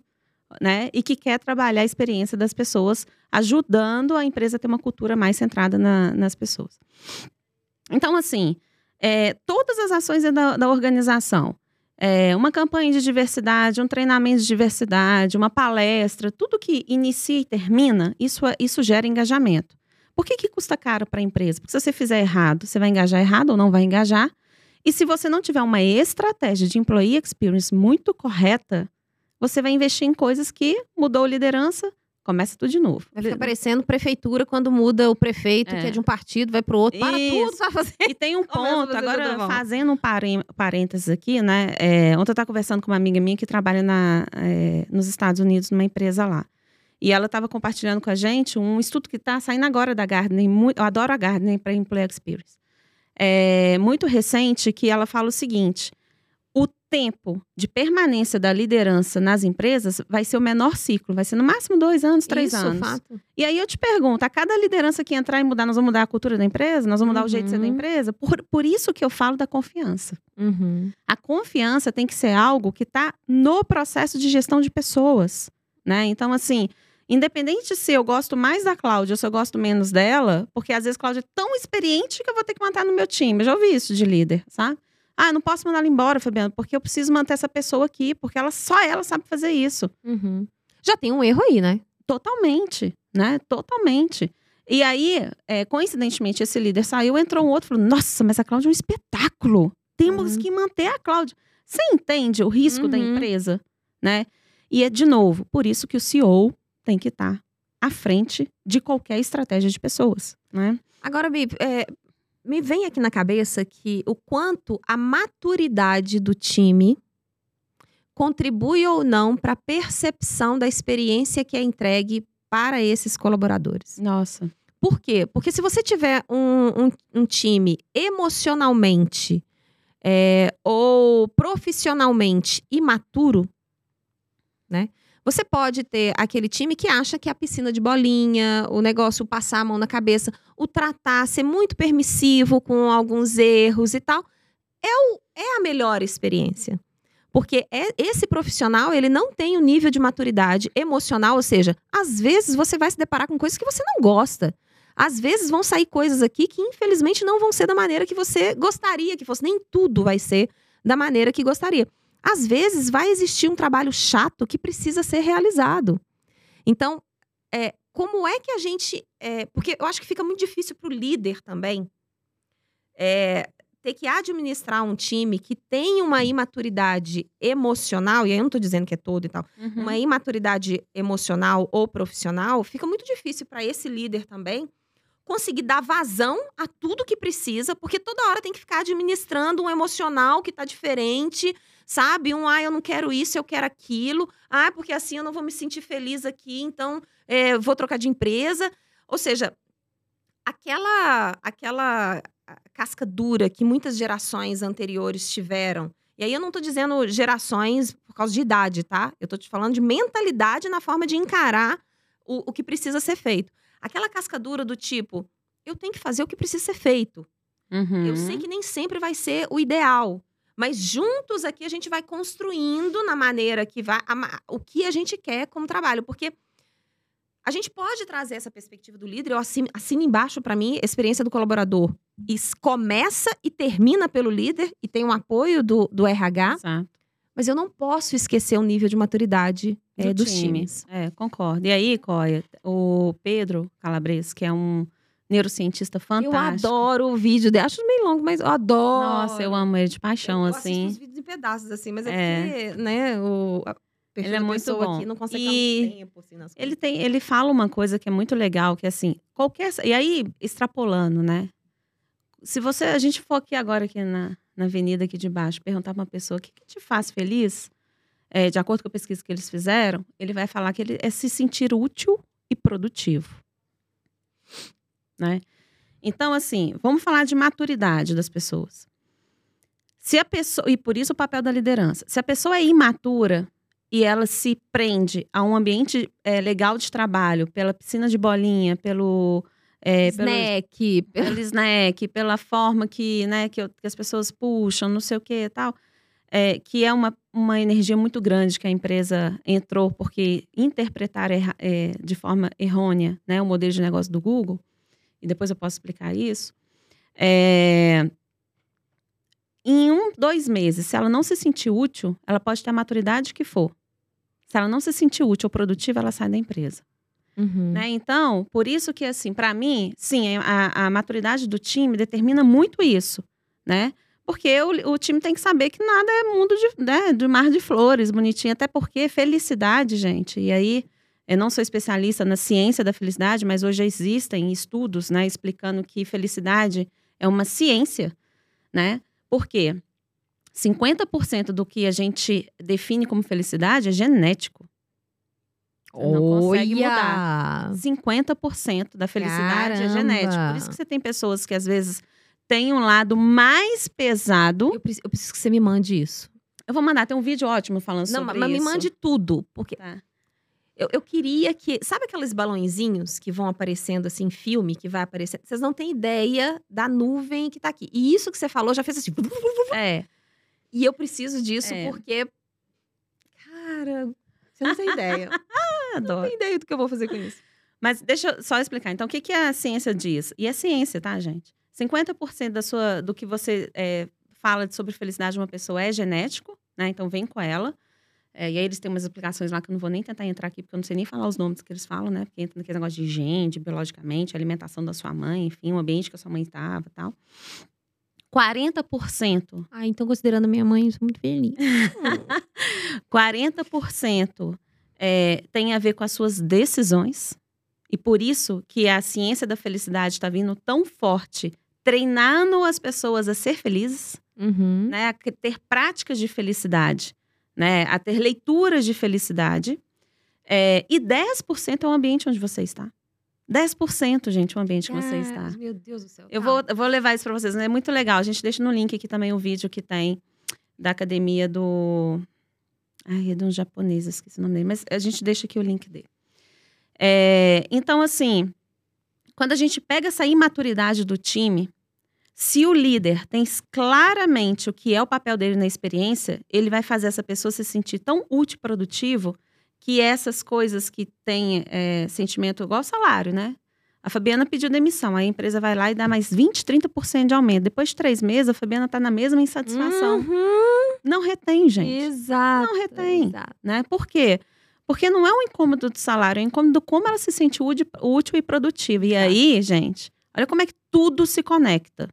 né? E que quer trabalhar a experiência das pessoas, ajudando a empresa a ter uma cultura mais centrada na, nas pessoas. Então, assim, é, todas as ações da, da organização, é, uma campanha de diversidade, um treinamento de diversidade, uma palestra, tudo que inicia e termina, isso, isso gera engajamento. Por que que custa caro para a empresa? Porque se você fizer errado, você vai engajar errado ou não vai engajar. E se você não tiver uma estratégia de employee experience muito correta, você vai investir em coisas que mudou liderança, começa tudo de novo. Vai ficar parecendo prefeitura quando muda o prefeito, é. que é de um partido, vai pro outro, para Isso. tudo, vai fazer. E tem um ponto, agora fazendo um parênteses aqui, né? É, ontem eu estava conversando com uma amiga minha que trabalha na, é, nos Estados Unidos, numa empresa lá. E ela estava compartilhando com a gente um estudo que está saindo agora da Gartner. Eu adoro a Gartner para Employee Experience. É muito recente, que ela fala o seguinte: o tempo de permanência da liderança nas empresas vai ser o menor ciclo, vai ser no máximo dois anos, três Isso, anos. Fato. E aí eu te pergunto, a cada liderança que entrar e mudar, nós vamos mudar a cultura da empresa? Nós vamos mudar Uhum. o jeito de ser da empresa? Por, por isso que eu falo da confiança. Uhum. A confiança tem que ser algo que está no processo de gestão de pessoas, né? Então, assim, independente se eu gosto mais da Cláudia ou se eu gosto menos dela, porque às vezes a Cláudia é tão experiente que eu vou ter que manter no meu time. Eu já ouvi isso de líder, sabe? Ah, não posso mandar ela embora, Fabiana, porque eu preciso manter essa pessoa aqui, porque ela, só ela sabe fazer isso. Uhum. Já tem um erro aí, né? Totalmente, né? Totalmente. E aí, é, coincidentemente, esse líder saiu, entrou um outro e falou: nossa, mas a Cláudia é um espetáculo. Temos uhum. que manter a Cláudia. Você entende o risco uhum. da empresa, né? E é, de novo, por isso que o C E O tem que estar à frente de qualquer estratégia de pessoas, né? Agora, Bi, é, me vem aqui na cabeça que o quanto a maturidade do time contribui ou não para a percepção da experiência que é entregue para esses colaboradores. Nossa. Por quê? Porque se você tiver um, um, um time emocionalmente é, ou profissionalmente imaturo, né? Você pode ter aquele time que acha que é a piscina de bolinha, o negócio passar a mão na cabeça, o tratar, ser muito permissivo com alguns erros e tal, é, o, é a melhor experiência. Porque é, esse profissional, ele não tem o nível de maturidade emocional, ou seja, às vezes você vai se deparar com coisas que você não gosta. Às vezes vão sair coisas aqui que infelizmente não vão ser da maneira que você gostaria que fosse, nem tudo vai ser da maneira que gostaria. Às vezes vai existir um trabalho chato que precisa ser realizado. Então, é, como é que a gente... É, porque eu acho que fica muito difícil para o líder também é, ter que administrar um time que tem uma imaturidade emocional, e aí eu não estou dizendo que é todo e tal, uhum. uma imaturidade emocional ou profissional, fica muito difícil para esse líder também conseguir dar vazão a tudo que precisa, porque toda hora tem que ficar administrando um emocional que está diferente, sabe? Um, ah, eu não quero isso, eu quero aquilo. Ah, porque assim eu não vou me sentir feliz aqui, então é, vou trocar de empresa. Ou seja, aquela, aquela casca dura que muitas gerações anteriores tiveram. E aí eu não tô dizendo gerações por causa de idade, tá? Eu tô te falando de mentalidade na forma de encarar o, o que precisa ser feito. Aquela casca dura do tipo, eu tenho que fazer o que precisa ser feito. Uhum. Eu sei que nem sempre vai ser o ideal. Mas juntos aqui a gente vai construindo na maneira que vai... A, o que a gente quer como trabalho. Porque a gente pode trazer essa perspectiva do líder. Eu assino, assino embaixo, para mim, a experiência do colaborador. Isso começa e termina pelo líder. E tem um apoio do, do R H. Exato. Mas eu não posso esquecer o nível de maturidade é, do dos time. times. É, concordo. E aí, Coia, o Pedro Calabres, que é um neurocientista fantástico. Eu adoro o vídeo dele. Acho meio longo, mas eu adoro. Nossa, eu amo ele de paixão, eu assim. Eu assisto os vídeos em pedaços, assim. Mas é, é. porque, né, o... Ele é muito bom. Aqui não consegue e ficar muito tempo, assim, nas ele, tem, ele fala uma coisa que é muito legal, que é assim, qualquer... E aí, extrapolando, né? Se você, a gente for aqui agora, aqui na, na avenida aqui de baixo, perguntar pra uma pessoa o que, que te faz feliz, é, de acordo com a pesquisa que eles fizeram, ele vai falar que ele é se sentir útil e produtivo. Né? Então, assim, vamos falar de maturidade das pessoas. Se a pessoa, e por isso o papel da liderança. Se a pessoa é imatura e ela se prende a um ambiente é, legal de trabalho, pela piscina de bolinha, pelo... É, snack. Pelo, pelo snack, pela forma que, né, que, eu, que as pessoas puxam, não sei o que e tal. é, que é uma, uma energia muito grande que a empresa entrou porque interpretaram erra, é, de forma errônea, né, o modelo de negócio do Google, e depois eu posso explicar isso, é, em um, dois meses, se ela não se sentir útil, ela pode ter a maturidade que for. Se ela não se sentir útil ou produtiva, ela sai da empresa. Uhum. Né? Então, por isso que, assim, para mim, sim, a, a maturidade do time determina muito isso, né? Porque o, o time tem que saber que nada é mundo de, né, de mar de flores, bonitinho. Até porque felicidade, gente, e aí eu não sou especialista na ciência da felicidade, mas hoje existem estudos, né, explicando que felicidade é uma ciência, né? Por quê? cinquenta por cento do que a gente define como felicidade é genético. Você não consegue mudar. cinquenta por cento da felicidade Caramba. é genético. Por isso que você tem pessoas que, às vezes, têm um lado mais pesado. Eu preciso, eu preciso que você me mande isso. Eu vou mandar, tem um vídeo ótimo falando Não, sobre mas isso. me mande tudo. Porque Tá. eu, eu queria que... Sabe aqueles balõezinhos que vão aparecendo, assim, em filme, que vai aparecendo? Vocês não têm ideia da nuvem que tá aqui. E isso que você falou já fez assim... É. E eu preciso disso É. porque... Cara, você não tem ideia. Adoro. Não tem ideia do que eu vou fazer com isso. Mas deixa eu só explicar. Então, o que, que a ciência diz? E é ciência, tá, gente? cinquenta por cento da sua, do que você é, fala sobre felicidade de uma pessoa é genético, né? Então, vem com ela. É, e aí, eles têm umas explicações lá que eu não vou nem tentar entrar aqui, porque eu não sei nem falar os nomes que eles falam, né? Porque entra naquele negócio de gene, de biologicamente, alimentação da sua mãe, enfim, o ambiente que a sua mãe estava e tal. quarenta por cento. Ah, então, considerando a minha mãe, eu sou muito feliz. quarenta por cento é, tem a ver com as suas decisões. E por isso que a ciência da felicidade está vindo tão forte, treinando as pessoas a ser felizes, Uhum. né, a ter práticas de felicidade, né, a ter leituras de felicidade. É, e dez por cento é o ambiente onde você está. dez por cento, gente, o ambiente que você está. Meu Deus do céu. Eu Tá. vou, eu vou levar isso para vocês, né? É muito legal. A gente deixa no link aqui também o vídeo que tem da academia do... Ai, é de um japonês, esqueci o nome dele. Mas a gente deixa aqui o link dele. É, então, assim, quando a gente pega essa imaturidade do time, se o líder tem claramente o que é o papel dele na experiência, ele vai fazer essa pessoa se sentir tão útil e produtivo que essas coisas que têm é, sentimento igual salário, né? A Fabiana pediu demissão, aí a empresa vai lá e dá mais vinte, trinta por cento de aumento. Depois de três meses, a Fabiana tá na mesma insatisfação. Uhum. Não retém, gente. Exato. Não retém. Exato. Né? Por quê? Porque não é um incômodo do salário, é um incômodo como ela se sente útil, útil e produtiva. E aí, gente, olha como é que tudo se conecta.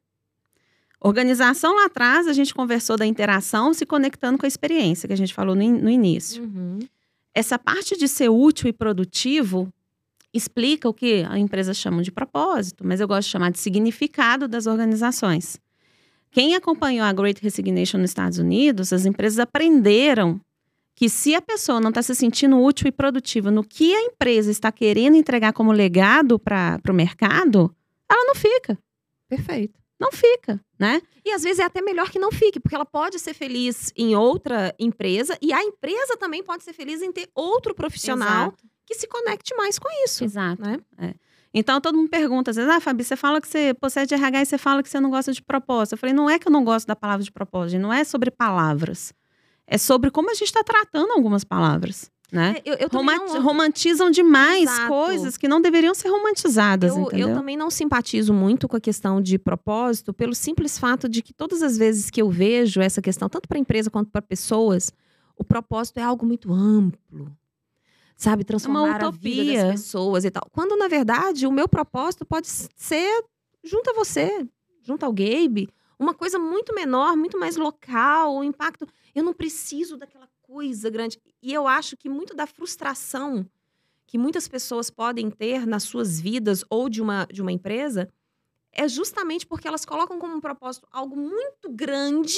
Organização lá atrás, a gente conversou da interação se conectando com a experiência, que a gente falou no, in- no início. Uhum. Essa parte de ser útil e produtivo explica o que a empresa chama de propósito, mas eu gosto de chamar de significado das organizações. Quem acompanhou a Great Resignation nos Estados Unidos, as empresas aprenderam que se a pessoa não está se sentindo útil e produtiva no que a empresa está querendo entregar como legado para o mercado, ela não fica. Perfeito. Não fica, né? E às vezes é até melhor que não fique, porque ela pode ser feliz em outra empresa e a empresa também pode ser feliz em ter outro profissional Exato. que se conecte mais com isso. Exato. Né? É. Então, todo mundo pergunta, às vezes, ah, Fabi, você fala que você, você é de R H e você fala que você não gosta de propósito. Eu falei, não é que eu não gosto da palavra de propósito, não é sobre palavras. É sobre como a gente está tratando algumas palavras, né? Eu, eu também Romanti- não- Romantizam demais Exato. coisas que não deveriam ser romantizadas, Eu, entendeu? eu também não simpatizo muito com a questão de propósito, pelo simples fato de que todas as vezes que eu vejo essa questão, tanto para empresa quanto para pessoas, o propósito é algo muito amplo. Sabe, transformar a vida utopia. das pessoas e tal. Quando, na verdade, o meu propósito pode ser junto a você, junto ao Gabe, uma coisa muito menor, muito mais local, o impacto. Eu não preciso daquela coisa grande. E eu acho que muito da frustração que muitas pessoas podem ter nas suas vidas ou de uma, de uma empresa é justamente porque elas colocam como um propósito algo muito grande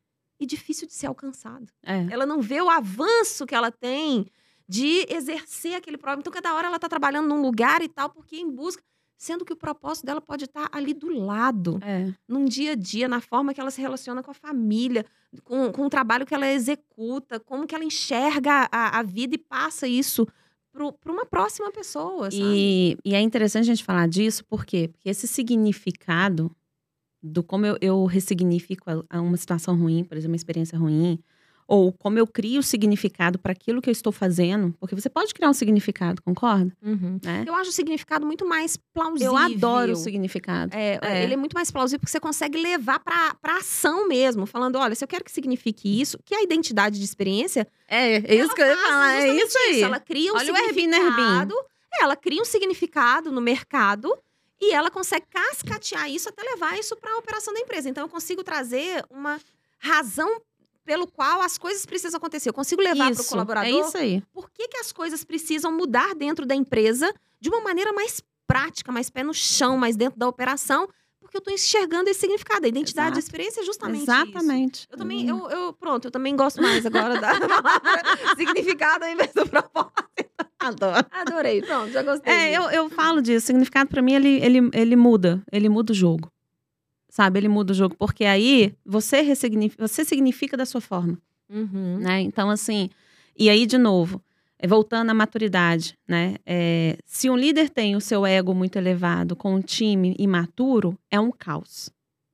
e difícil de ser alcançado. É. Ela não vê o avanço que ela tem de exercer aquele problema. Então, cada hora ela está trabalhando num lugar e tal, porque em busca... Sendo que o propósito dela pode estar ali do lado, É. num dia a dia, na forma que ela se relaciona com a família, com, com o trabalho que ela executa, como que ela enxerga a, a vida e passa isso para uma próxima pessoa, sabe? E, e é interessante a gente falar disso, por quê? Porque esse significado, do como eu, eu ressignifico a, a uma situação ruim, por exemplo, uma experiência ruim, ou como eu crio significado para aquilo que eu estou fazendo, porque você pode criar um significado, concorda? Uhum. Né? Eu acho o significado muito mais plausível. Eu adoro o significado. É, é. Ele é muito mais plausível porque você consegue levar para pra ação mesmo, falando, olha, se eu quero que signifique isso, que a identidade de experiência... É, é isso que eu ia falar, é isso aí. Isso. Ela cria um olha significado, é, ela cria um significado no mercado e ela consegue cascatear isso até levar isso para a operação da empresa. Então, eu consigo trazer uma razão pelo qual as coisas precisam acontecer. Eu consigo levar para o colaborador é isso aí. por que, que as coisas precisam mudar dentro da empresa de uma maneira mais prática, mais pé no chão, mais dentro da operação, porque eu estou enxergando esse significado. A identidade Exato. de experiência é justamente Exatamente. isso. Eu também, eu, eu, pronto, eu também gosto mais agora da palavra significado ao invés do propósito. Adoro. Adorei, pronto, já gostei. É, eu, eu falo disso. O significado para mim, ele, ele, ele muda. Ele muda o jogo. Sabe? Ele muda o jogo. Porque aí, você, ressignifica, você significa da sua forma. Uhum. Né? Então, assim... E aí, de novo, voltando à maturidade, né? É, se um líder tem o seu ego muito elevado com um time imaturo, é um caos.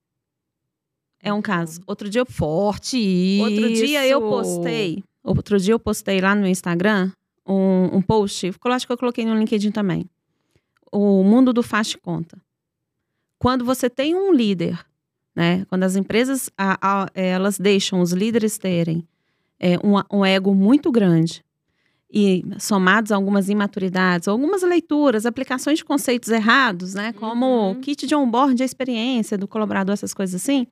É um caos. Outro dia eu... Forte isso. Outro dia eu postei... Outro dia eu postei lá no meu Instagram um, um post, eu acho que eu coloquei no LinkedIn também. O mundo do faz de conta. Quando você tem um líder, né? Quando as empresas, a, a, elas deixam os líderes terem é, um, um ego muito grande e somados a algumas imaturidades, algumas leituras, aplicações de conceitos errados, né? Como Uhum. kit de onboard, a experiência do colaborador, essas coisas assim.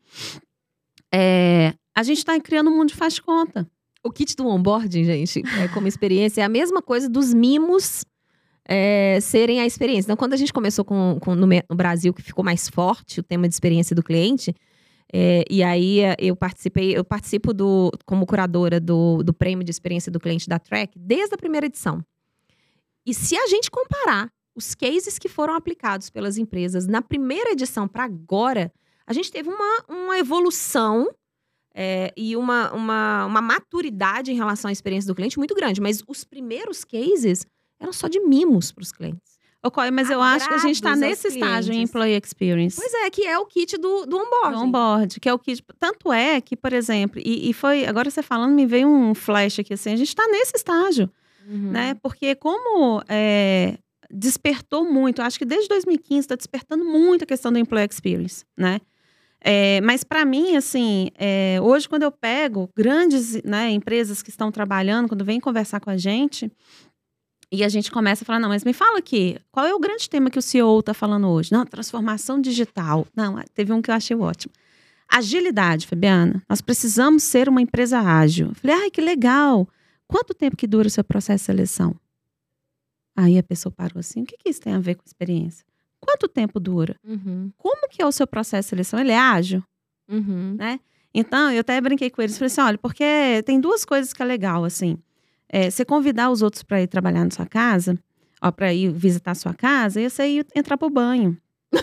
É, a gente está criando um mundo de faz de conta. O kit do onboarding, gente, é, como experiência, é a mesma coisa dos mimos é, serem a experiência. Então, quando a gente começou com, com no, no Brasil, que ficou mais forte o tema de experiência do cliente, é, e aí eu participei, eu participo do, como curadora do, do prêmio de experiência do cliente da Track desde a primeira edição. E se a gente comparar os cases que foram aplicados pelas empresas na primeira edição para agora, a gente teve uma, uma evolução é, e uma, uma, uma maturidade em relação à experiência do cliente muito grande. Mas os primeiros cases eram só de mimos para os clientes. Ocorre, mas eu acho que a gente está nesse estágio em Employee Experience. Pois é, que é o kit do, do onboard. Do onboard, que é o kit. Tanto é que, por exemplo, e, e foi. Agora você falando, me veio um flash aqui assim, a gente está nesse estágio. Uhum. Né? Porque como é, despertou muito, acho que desde dois mil e quinze está despertando muito a questão do Employee Experience, né? É, mas para mim, assim, é, hoje quando eu pego grandes, né, empresas que estão trabalhando, quando vêm conversar com a gente, e a gente começa a falar, não, mas me fala aqui, qual é o grande tema que o C E O está falando hoje? Não, transformação digital. Não, teve um que eu achei ótimo. Agilidade, Fabiana. Nós precisamos ser uma empresa ágil. Eu falei, ai, que legal. Quanto tempo que dura o seu processo de seleção? Aí a pessoa parou assim, o que, que isso tem a ver com experiência? Quanto tempo dura? Uhum. Como que é o seu processo de seleção? Ele é ágil? Uhum. Né? Então, eu até brinquei com eles. Falei assim, olha, porque tem duas coisas que é legal, assim. É, você convidar os outros para ir trabalhar na sua casa, ó, para ir visitar a sua casa, e você ir entrar pro banho.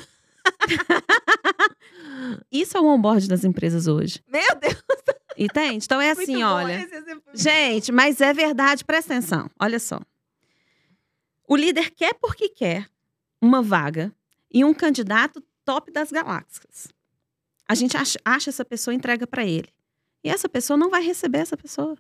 Isso é o onboard das empresas hoje. Meu Deus! Entende? Então é assim, Muito olha. bom, Gente, mas é verdade, presta atenção. Olha só. O líder quer porque quer uma vaga e um candidato top das galáxias. A gente acha, acha essa pessoa e entrega para ele. E essa pessoa não vai receber essa pessoa.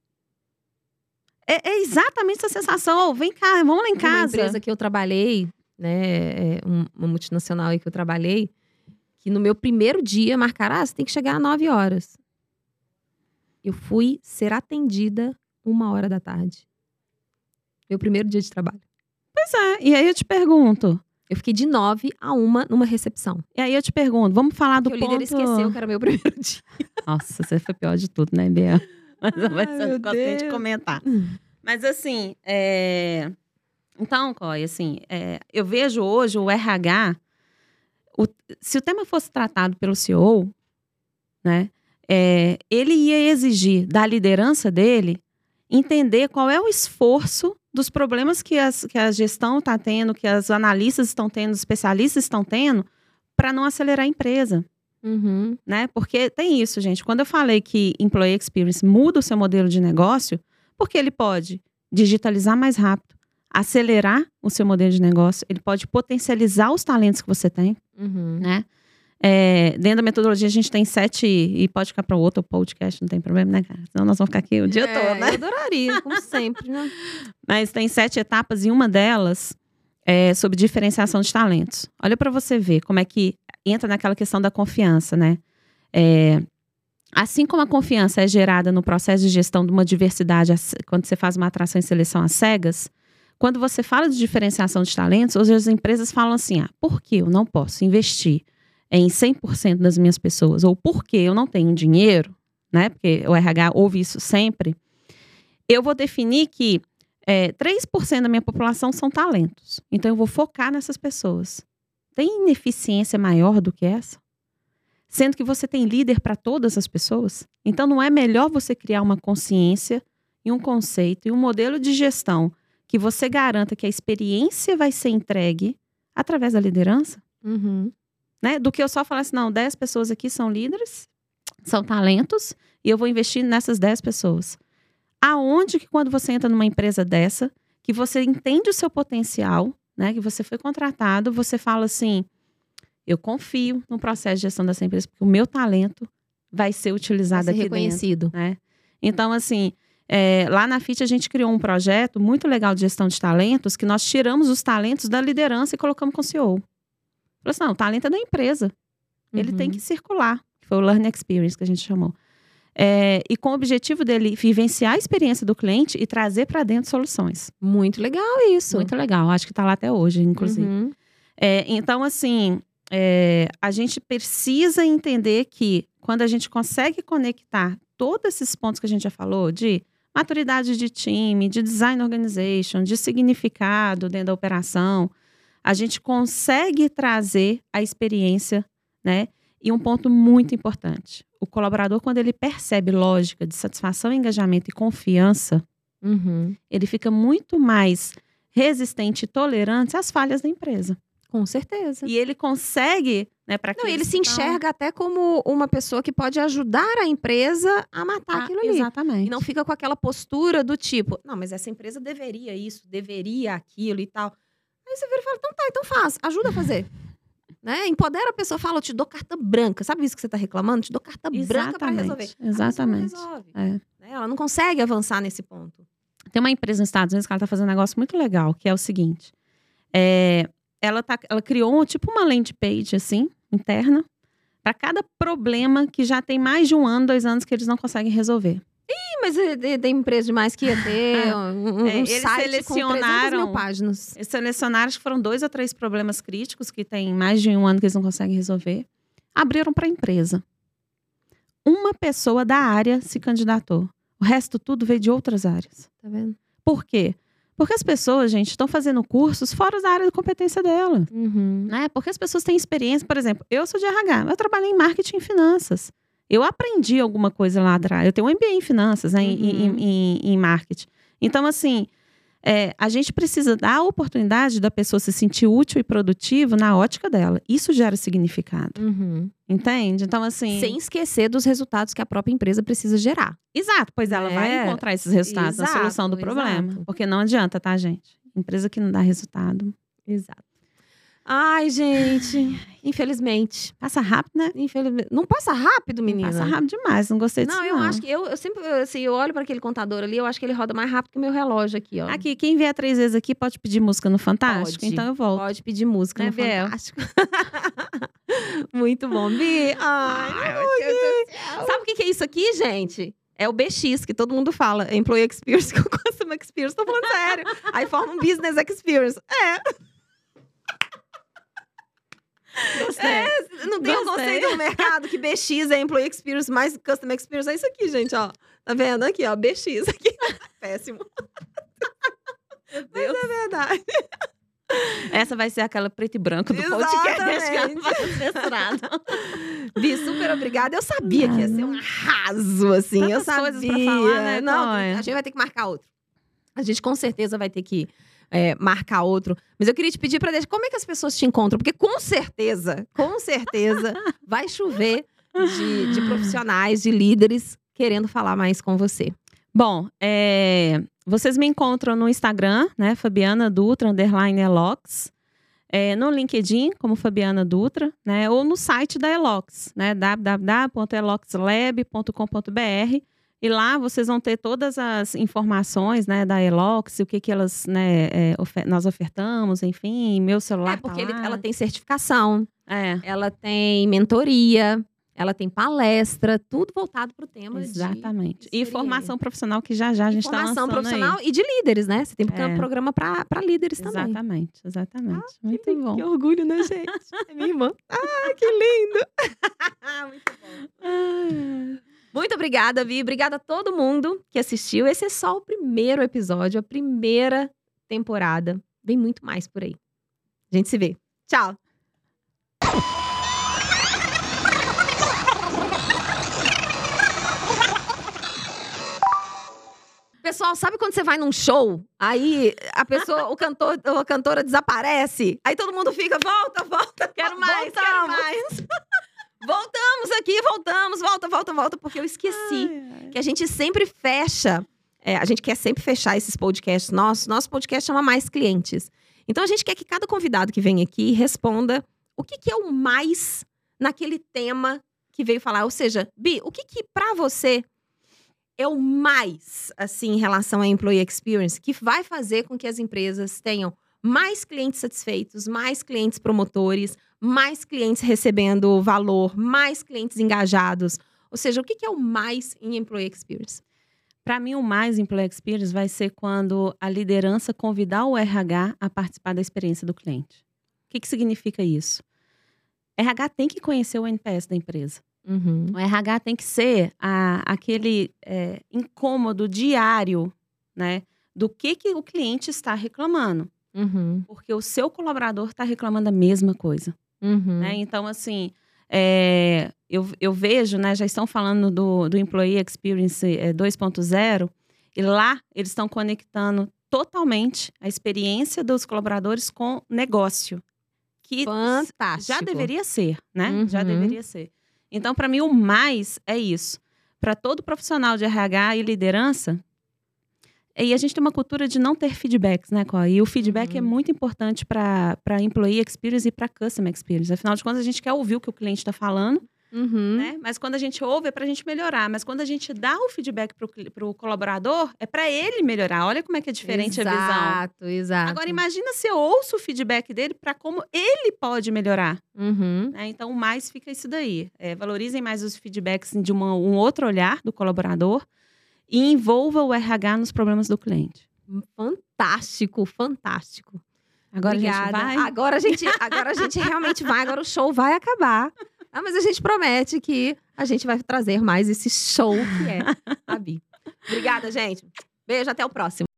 É, é exatamente essa sensação. Oh, vem cá, vamos lá em casa. Uma empresa que eu trabalhei, né, é uma multinacional aí que eu trabalhei, que no meu primeiro dia marcaram, ah, você tem que chegar às nove horas. Eu fui ser atendida uma hora da tarde. Meu primeiro dia de trabalho. Pois é, e aí eu te pergunto. Eu fiquei de nove a uma numa recepção. E aí eu te pergunto, vamos falar do Porque ponto... o líder esqueceu que era meu primeiro dia. Nossa, você foi pior de tudo, né, Bia? Mas Ai, vai ser meu gosto de Deus. comentar. Mas assim, é... então, Coy, assim, é... eu vejo hoje o R H, o... se o tema fosse tratado pelo C E O, né, é... ele ia exigir da liderança dele entender qual é o esforço dos problemas que, as, que a gestão está tendo, que as analistas estão tendo, os especialistas estão tendo, para não acelerar a empresa. Uhum. Né? Porque tem isso, gente. Quando eu falei que Employee Experience muda o seu modelo de negócio, porque ele pode digitalizar mais rápido, acelerar o seu modelo de negócio, ele pode potencializar os talentos que você tem, Uhum. né? É, dentro da metodologia, a gente tem sete, e pode ficar para outro podcast, não tem problema, né, cara? Senão nós vamos ficar aqui o dia É, todo, né? Eu adoraria, como sempre, né? Mas tem sete etapas e uma delas é sobre diferenciação de talentos. Olha para você ver como é que entra naquela questão da confiança, né? É, assim como a confiança é gerada no processo de gestão de uma diversidade, quando você faz uma atração e seleção às cegas, quando você fala de diferenciação de talentos, hoje as empresas falam assim, ah, por que eu não posso investir em cem por cento das minhas pessoas? Ou por que eu não tenho dinheiro, né? Porque o R H ouve isso sempre. Eu vou definir que é, três por cento da minha população são talentos. Então, eu vou focar nessas pessoas. Tem ineficiência maior do que essa? Sendo que você tem líder para todas as pessoas? Então, não é melhor você criar uma consciência e um conceito e um modelo de gestão que você garanta que a experiência vai ser entregue através da liderança? Uhum. Né? Do que eu só falar assim, não, dez pessoas aqui são líderes, são talentos, e eu vou investir nessas dez pessoas. Aonde que quando você entra numa empresa dessa, que você entende o seu potencial, né, que você foi contratado, você fala assim, eu confio no processo de gestão dessa empresa, porque o meu talento vai ser utilizado Vai ser aqui reconhecido. dentro. Né? Então, assim, é, lá na F I T a gente criou um projeto muito legal de gestão de talentos, que nós tiramos os talentos da liderança e colocamos com o C E O. Falou assim, não, o talento é da empresa. Ele Uhum. tem que circular. Foi o Learning Experience que a gente chamou. É, e com o objetivo dele vivenciar a experiência do cliente e trazer para dentro soluções. Muito legal isso. Muito legal. Acho que está lá até hoje, inclusive. Uhum. É, então, assim, é, a gente precisa entender que quando a gente consegue conectar todos esses pontos que a gente já falou, de maturidade de time, de design organization, de significado dentro da operação, a gente consegue trazer a experiência, né? E um ponto muito importante, o colaborador, quando ele percebe lógica de satisfação, engajamento e confiança, Uhum. ele fica muito mais resistente e tolerante às falhas da empresa. Com certeza. E ele consegue, né, para Não, ele se enxerga até como uma pessoa que pode ajudar a empresa a matar Ah, aquilo ali. exatamente. E não fica com aquela postura do tipo, não, mas essa empresa deveria isso, deveria aquilo e tal. Aí você vira e fala, então tá, então faz, ajuda a fazer. Né? Empodera a pessoa, fala, eu te dou carta branca. Sabe isso que você tá reclamando? Te dou carta branca para resolver. Exatamente. A pessoa não resolve. É. Né? Ela não consegue avançar nesse ponto. Tem uma empresa nos Estados Unidos que ela tá fazendo um negócio muito legal, que é o seguinte. É, ela, tá, ela criou tipo uma landing page, assim, interna, para cada problema que já tem mais de um ano, dois anos que eles não conseguem resolver. Ih, mas tem empresa demais que ia ter um, um É, eles site selecionaram- com trezentas mil páginas. Eles selecionaram, acho que foram dois ou três problemas críticos que tem mais de um ano que eles não conseguem resolver. Abriram para a empresa. Uma pessoa da área se candidatou. O resto tudo veio de outras áreas. Tá vendo? Por quê? Porque as pessoas, gente, estão fazendo cursos fora da área de competência dela. Uhum. Né? Porque as pessoas têm experiência. Por exemplo, eu sou de R H, eu trabalhei em marketing e finanças. Eu aprendi alguma coisa lá atrás. Eu tenho um M B A em finanças, né? Uhum. em, em, em, em marketing. Então, assim, é, a gente precisa dar a oportunidade da pessoa se sentir útil e produtivo na ótica dela. Isso gera significado. Uhum. Entende? Então, assim... Sem esquecer dos resultados que a própria empresa precisa gerar. Exato, pois ela É. vai encontrar esses resultados Exato, na solução do problema. exato. Porque não adianta, tá, gente? Empresa que não dá resultado. Exato. Ai, gente. Infelizmente. Passa rápido, né? Infelizmente. Não passa rápido, menina? Passa rápido demais, não gostei disso Não, eu acho que eu, eu sempre, assim, eu olho para aquele contador ali, eu acho que ele roda mais rápido que o meu relógio aqui, ó. Aqui, quem vier três vezes aqui pode pedir música no Fantástico, Pode. então eu volto. Pode pedir música Né, no Biel? Fantástico. Muito bom, Bi. Ai, meu Deus do céu. Sabe o que que é isso aqui, gente? É o B X, que todo mundo fala. Employee Experience com Customer Experience. Tô falando sério. Aí forma um Business Experience. É. Gostei. É, não tem um Gostei. conceito no mercado que B X é Employee Experience mais Customer Experience. É isso aqui, gente, ó. Tá vendo? Aqui, ó. B X aqui. Péssimo. Mas é verdade. Essa vai ser aquela preto e branco do podcast. Exatamente. Bi, super obrigada. Eu sabia que ia ser um arraso, assim. Tantas eu sabia. coisas pra falar, né, Não, Chloe? a gente vai ter que marcar outro. A gente com certeza vai ter que é, marcar outro. Mas eu queria te pedir pra deixar. Como é que as pessoas te encontram? Porque com certeza, com certeza, vai chover de, de profissionais, de líderes querendo falar mais com você. Bom, é, vocês me encontram no Instagram, né? Fabiana Dutra, underline Elox. É, no LinkedIn, como Fabiana Dutra, né? Ou no site da Elox, né? w w w ponto elox lab ponto com ponto b r. E lá vocês vão ter todas as informações, né, da Elox, o que que elas, né, é, ofer- nós ofertamos, enfim, meu celular É, porque tá ele- lá. ela tem certificação, É, ela tem mentoria, ela tem palestra, tudo voltado para o tema exatamente. de E formação profissional que já já a gente está formação lançando profissional aí. e de líderes, né? Você tem um É. programa para líderes também. Exatamente, exatamente. Que, Muito bom. que orgulho, né, gente? É minha irmã. Ah, que lindo! Muito bom. Ah. Muito obrigada, Vi. Obrigada a todo mundo que assistiu. Esse é só o primeiro episódio, a primeira temporada. Vem muito mais por aí. A gente se vê. Tchau! Pessoal, sabe quando você vai num show, aí a pessoa, o cantor ou a cantora desaparece, aí todo mundo fica, volta, volta, quero mais, quero Voltamos. mais. Voltamos aqui, voltamos, volta, volta, volta, porque eu esqueci Ai, ai. que a gente sempre fecha, é, a gente quer sempre fechar esses podcasts nossos, nosso podcast chama Mais Clientes. Então a gente quer que cada convidado que vem aqui responda o que, que é o mais naquele tema que veio falar. Ou seja, Bi, o que que pra você é o mais, assim, em relação à employee experience, que vai fazer com que as empresas tenham mais clientes satisfeitos, mais clientes promotores, mais clientes recebendo valor, mais clientes engajados. Ou seja, o que que é o mais em employee experience? Para mim, o mais employee experience vai ser quando a liderança convidar o R H a participar da experiência do cliente. O que que significa isso? R H tem que conhecer o N P S da empresa. Uhum. O R H tem que ser a- aquele é, incômodo diário, né? Do que, que o cliente está reclamando. Uhum. Porque o seu colaborador está reclamando a mesma coisa. Uhum. Né? Então, assim, é, eu, eu vejo, né? Já estão falando do, do Employee Experience é, dois ponto zero. E lá eles estão conectando totalmente a experiência dos colaboradores com negócio. Que Fantástico. já deveria ser, né? Já Uhum. deveria ser. Então, para mim, o mais é isso. Para todo profissional de R H e liderança, e a gente tem uma cultura de não ter feedbacks, né, Có? E o feedback Uhum. é muito importante para employee experience e para customer experience. Afinal de contas, a gente quer ouvir o que o cliente está falando, Uhum. né? Mas quando a gente ouve, é para a gente melhorar. Mas quando a gente dá o feedback para o colaborador, é para ele melhorar. Olha como é que é diferente exato, a visão. Exato, exato. Agora, imagina se eu ouço o feedback dele para como ele pode melhorar. Uhum. Né? Então, o mais fica isso daí. É, valorizem mais os feedbacks de uma- um outro olhar do colaborador e envolva o R H nos problemas do cliente. Fantástico, fantástico. Agora Obrigada. a gente vai. Agora a gente, agora a gente realmente vai, agora o show vai acabar. Ah, mas a gente promete que a gente vai trazer mais esse show que é a Bi. Obrigada, gente. Beijo, até o próximo.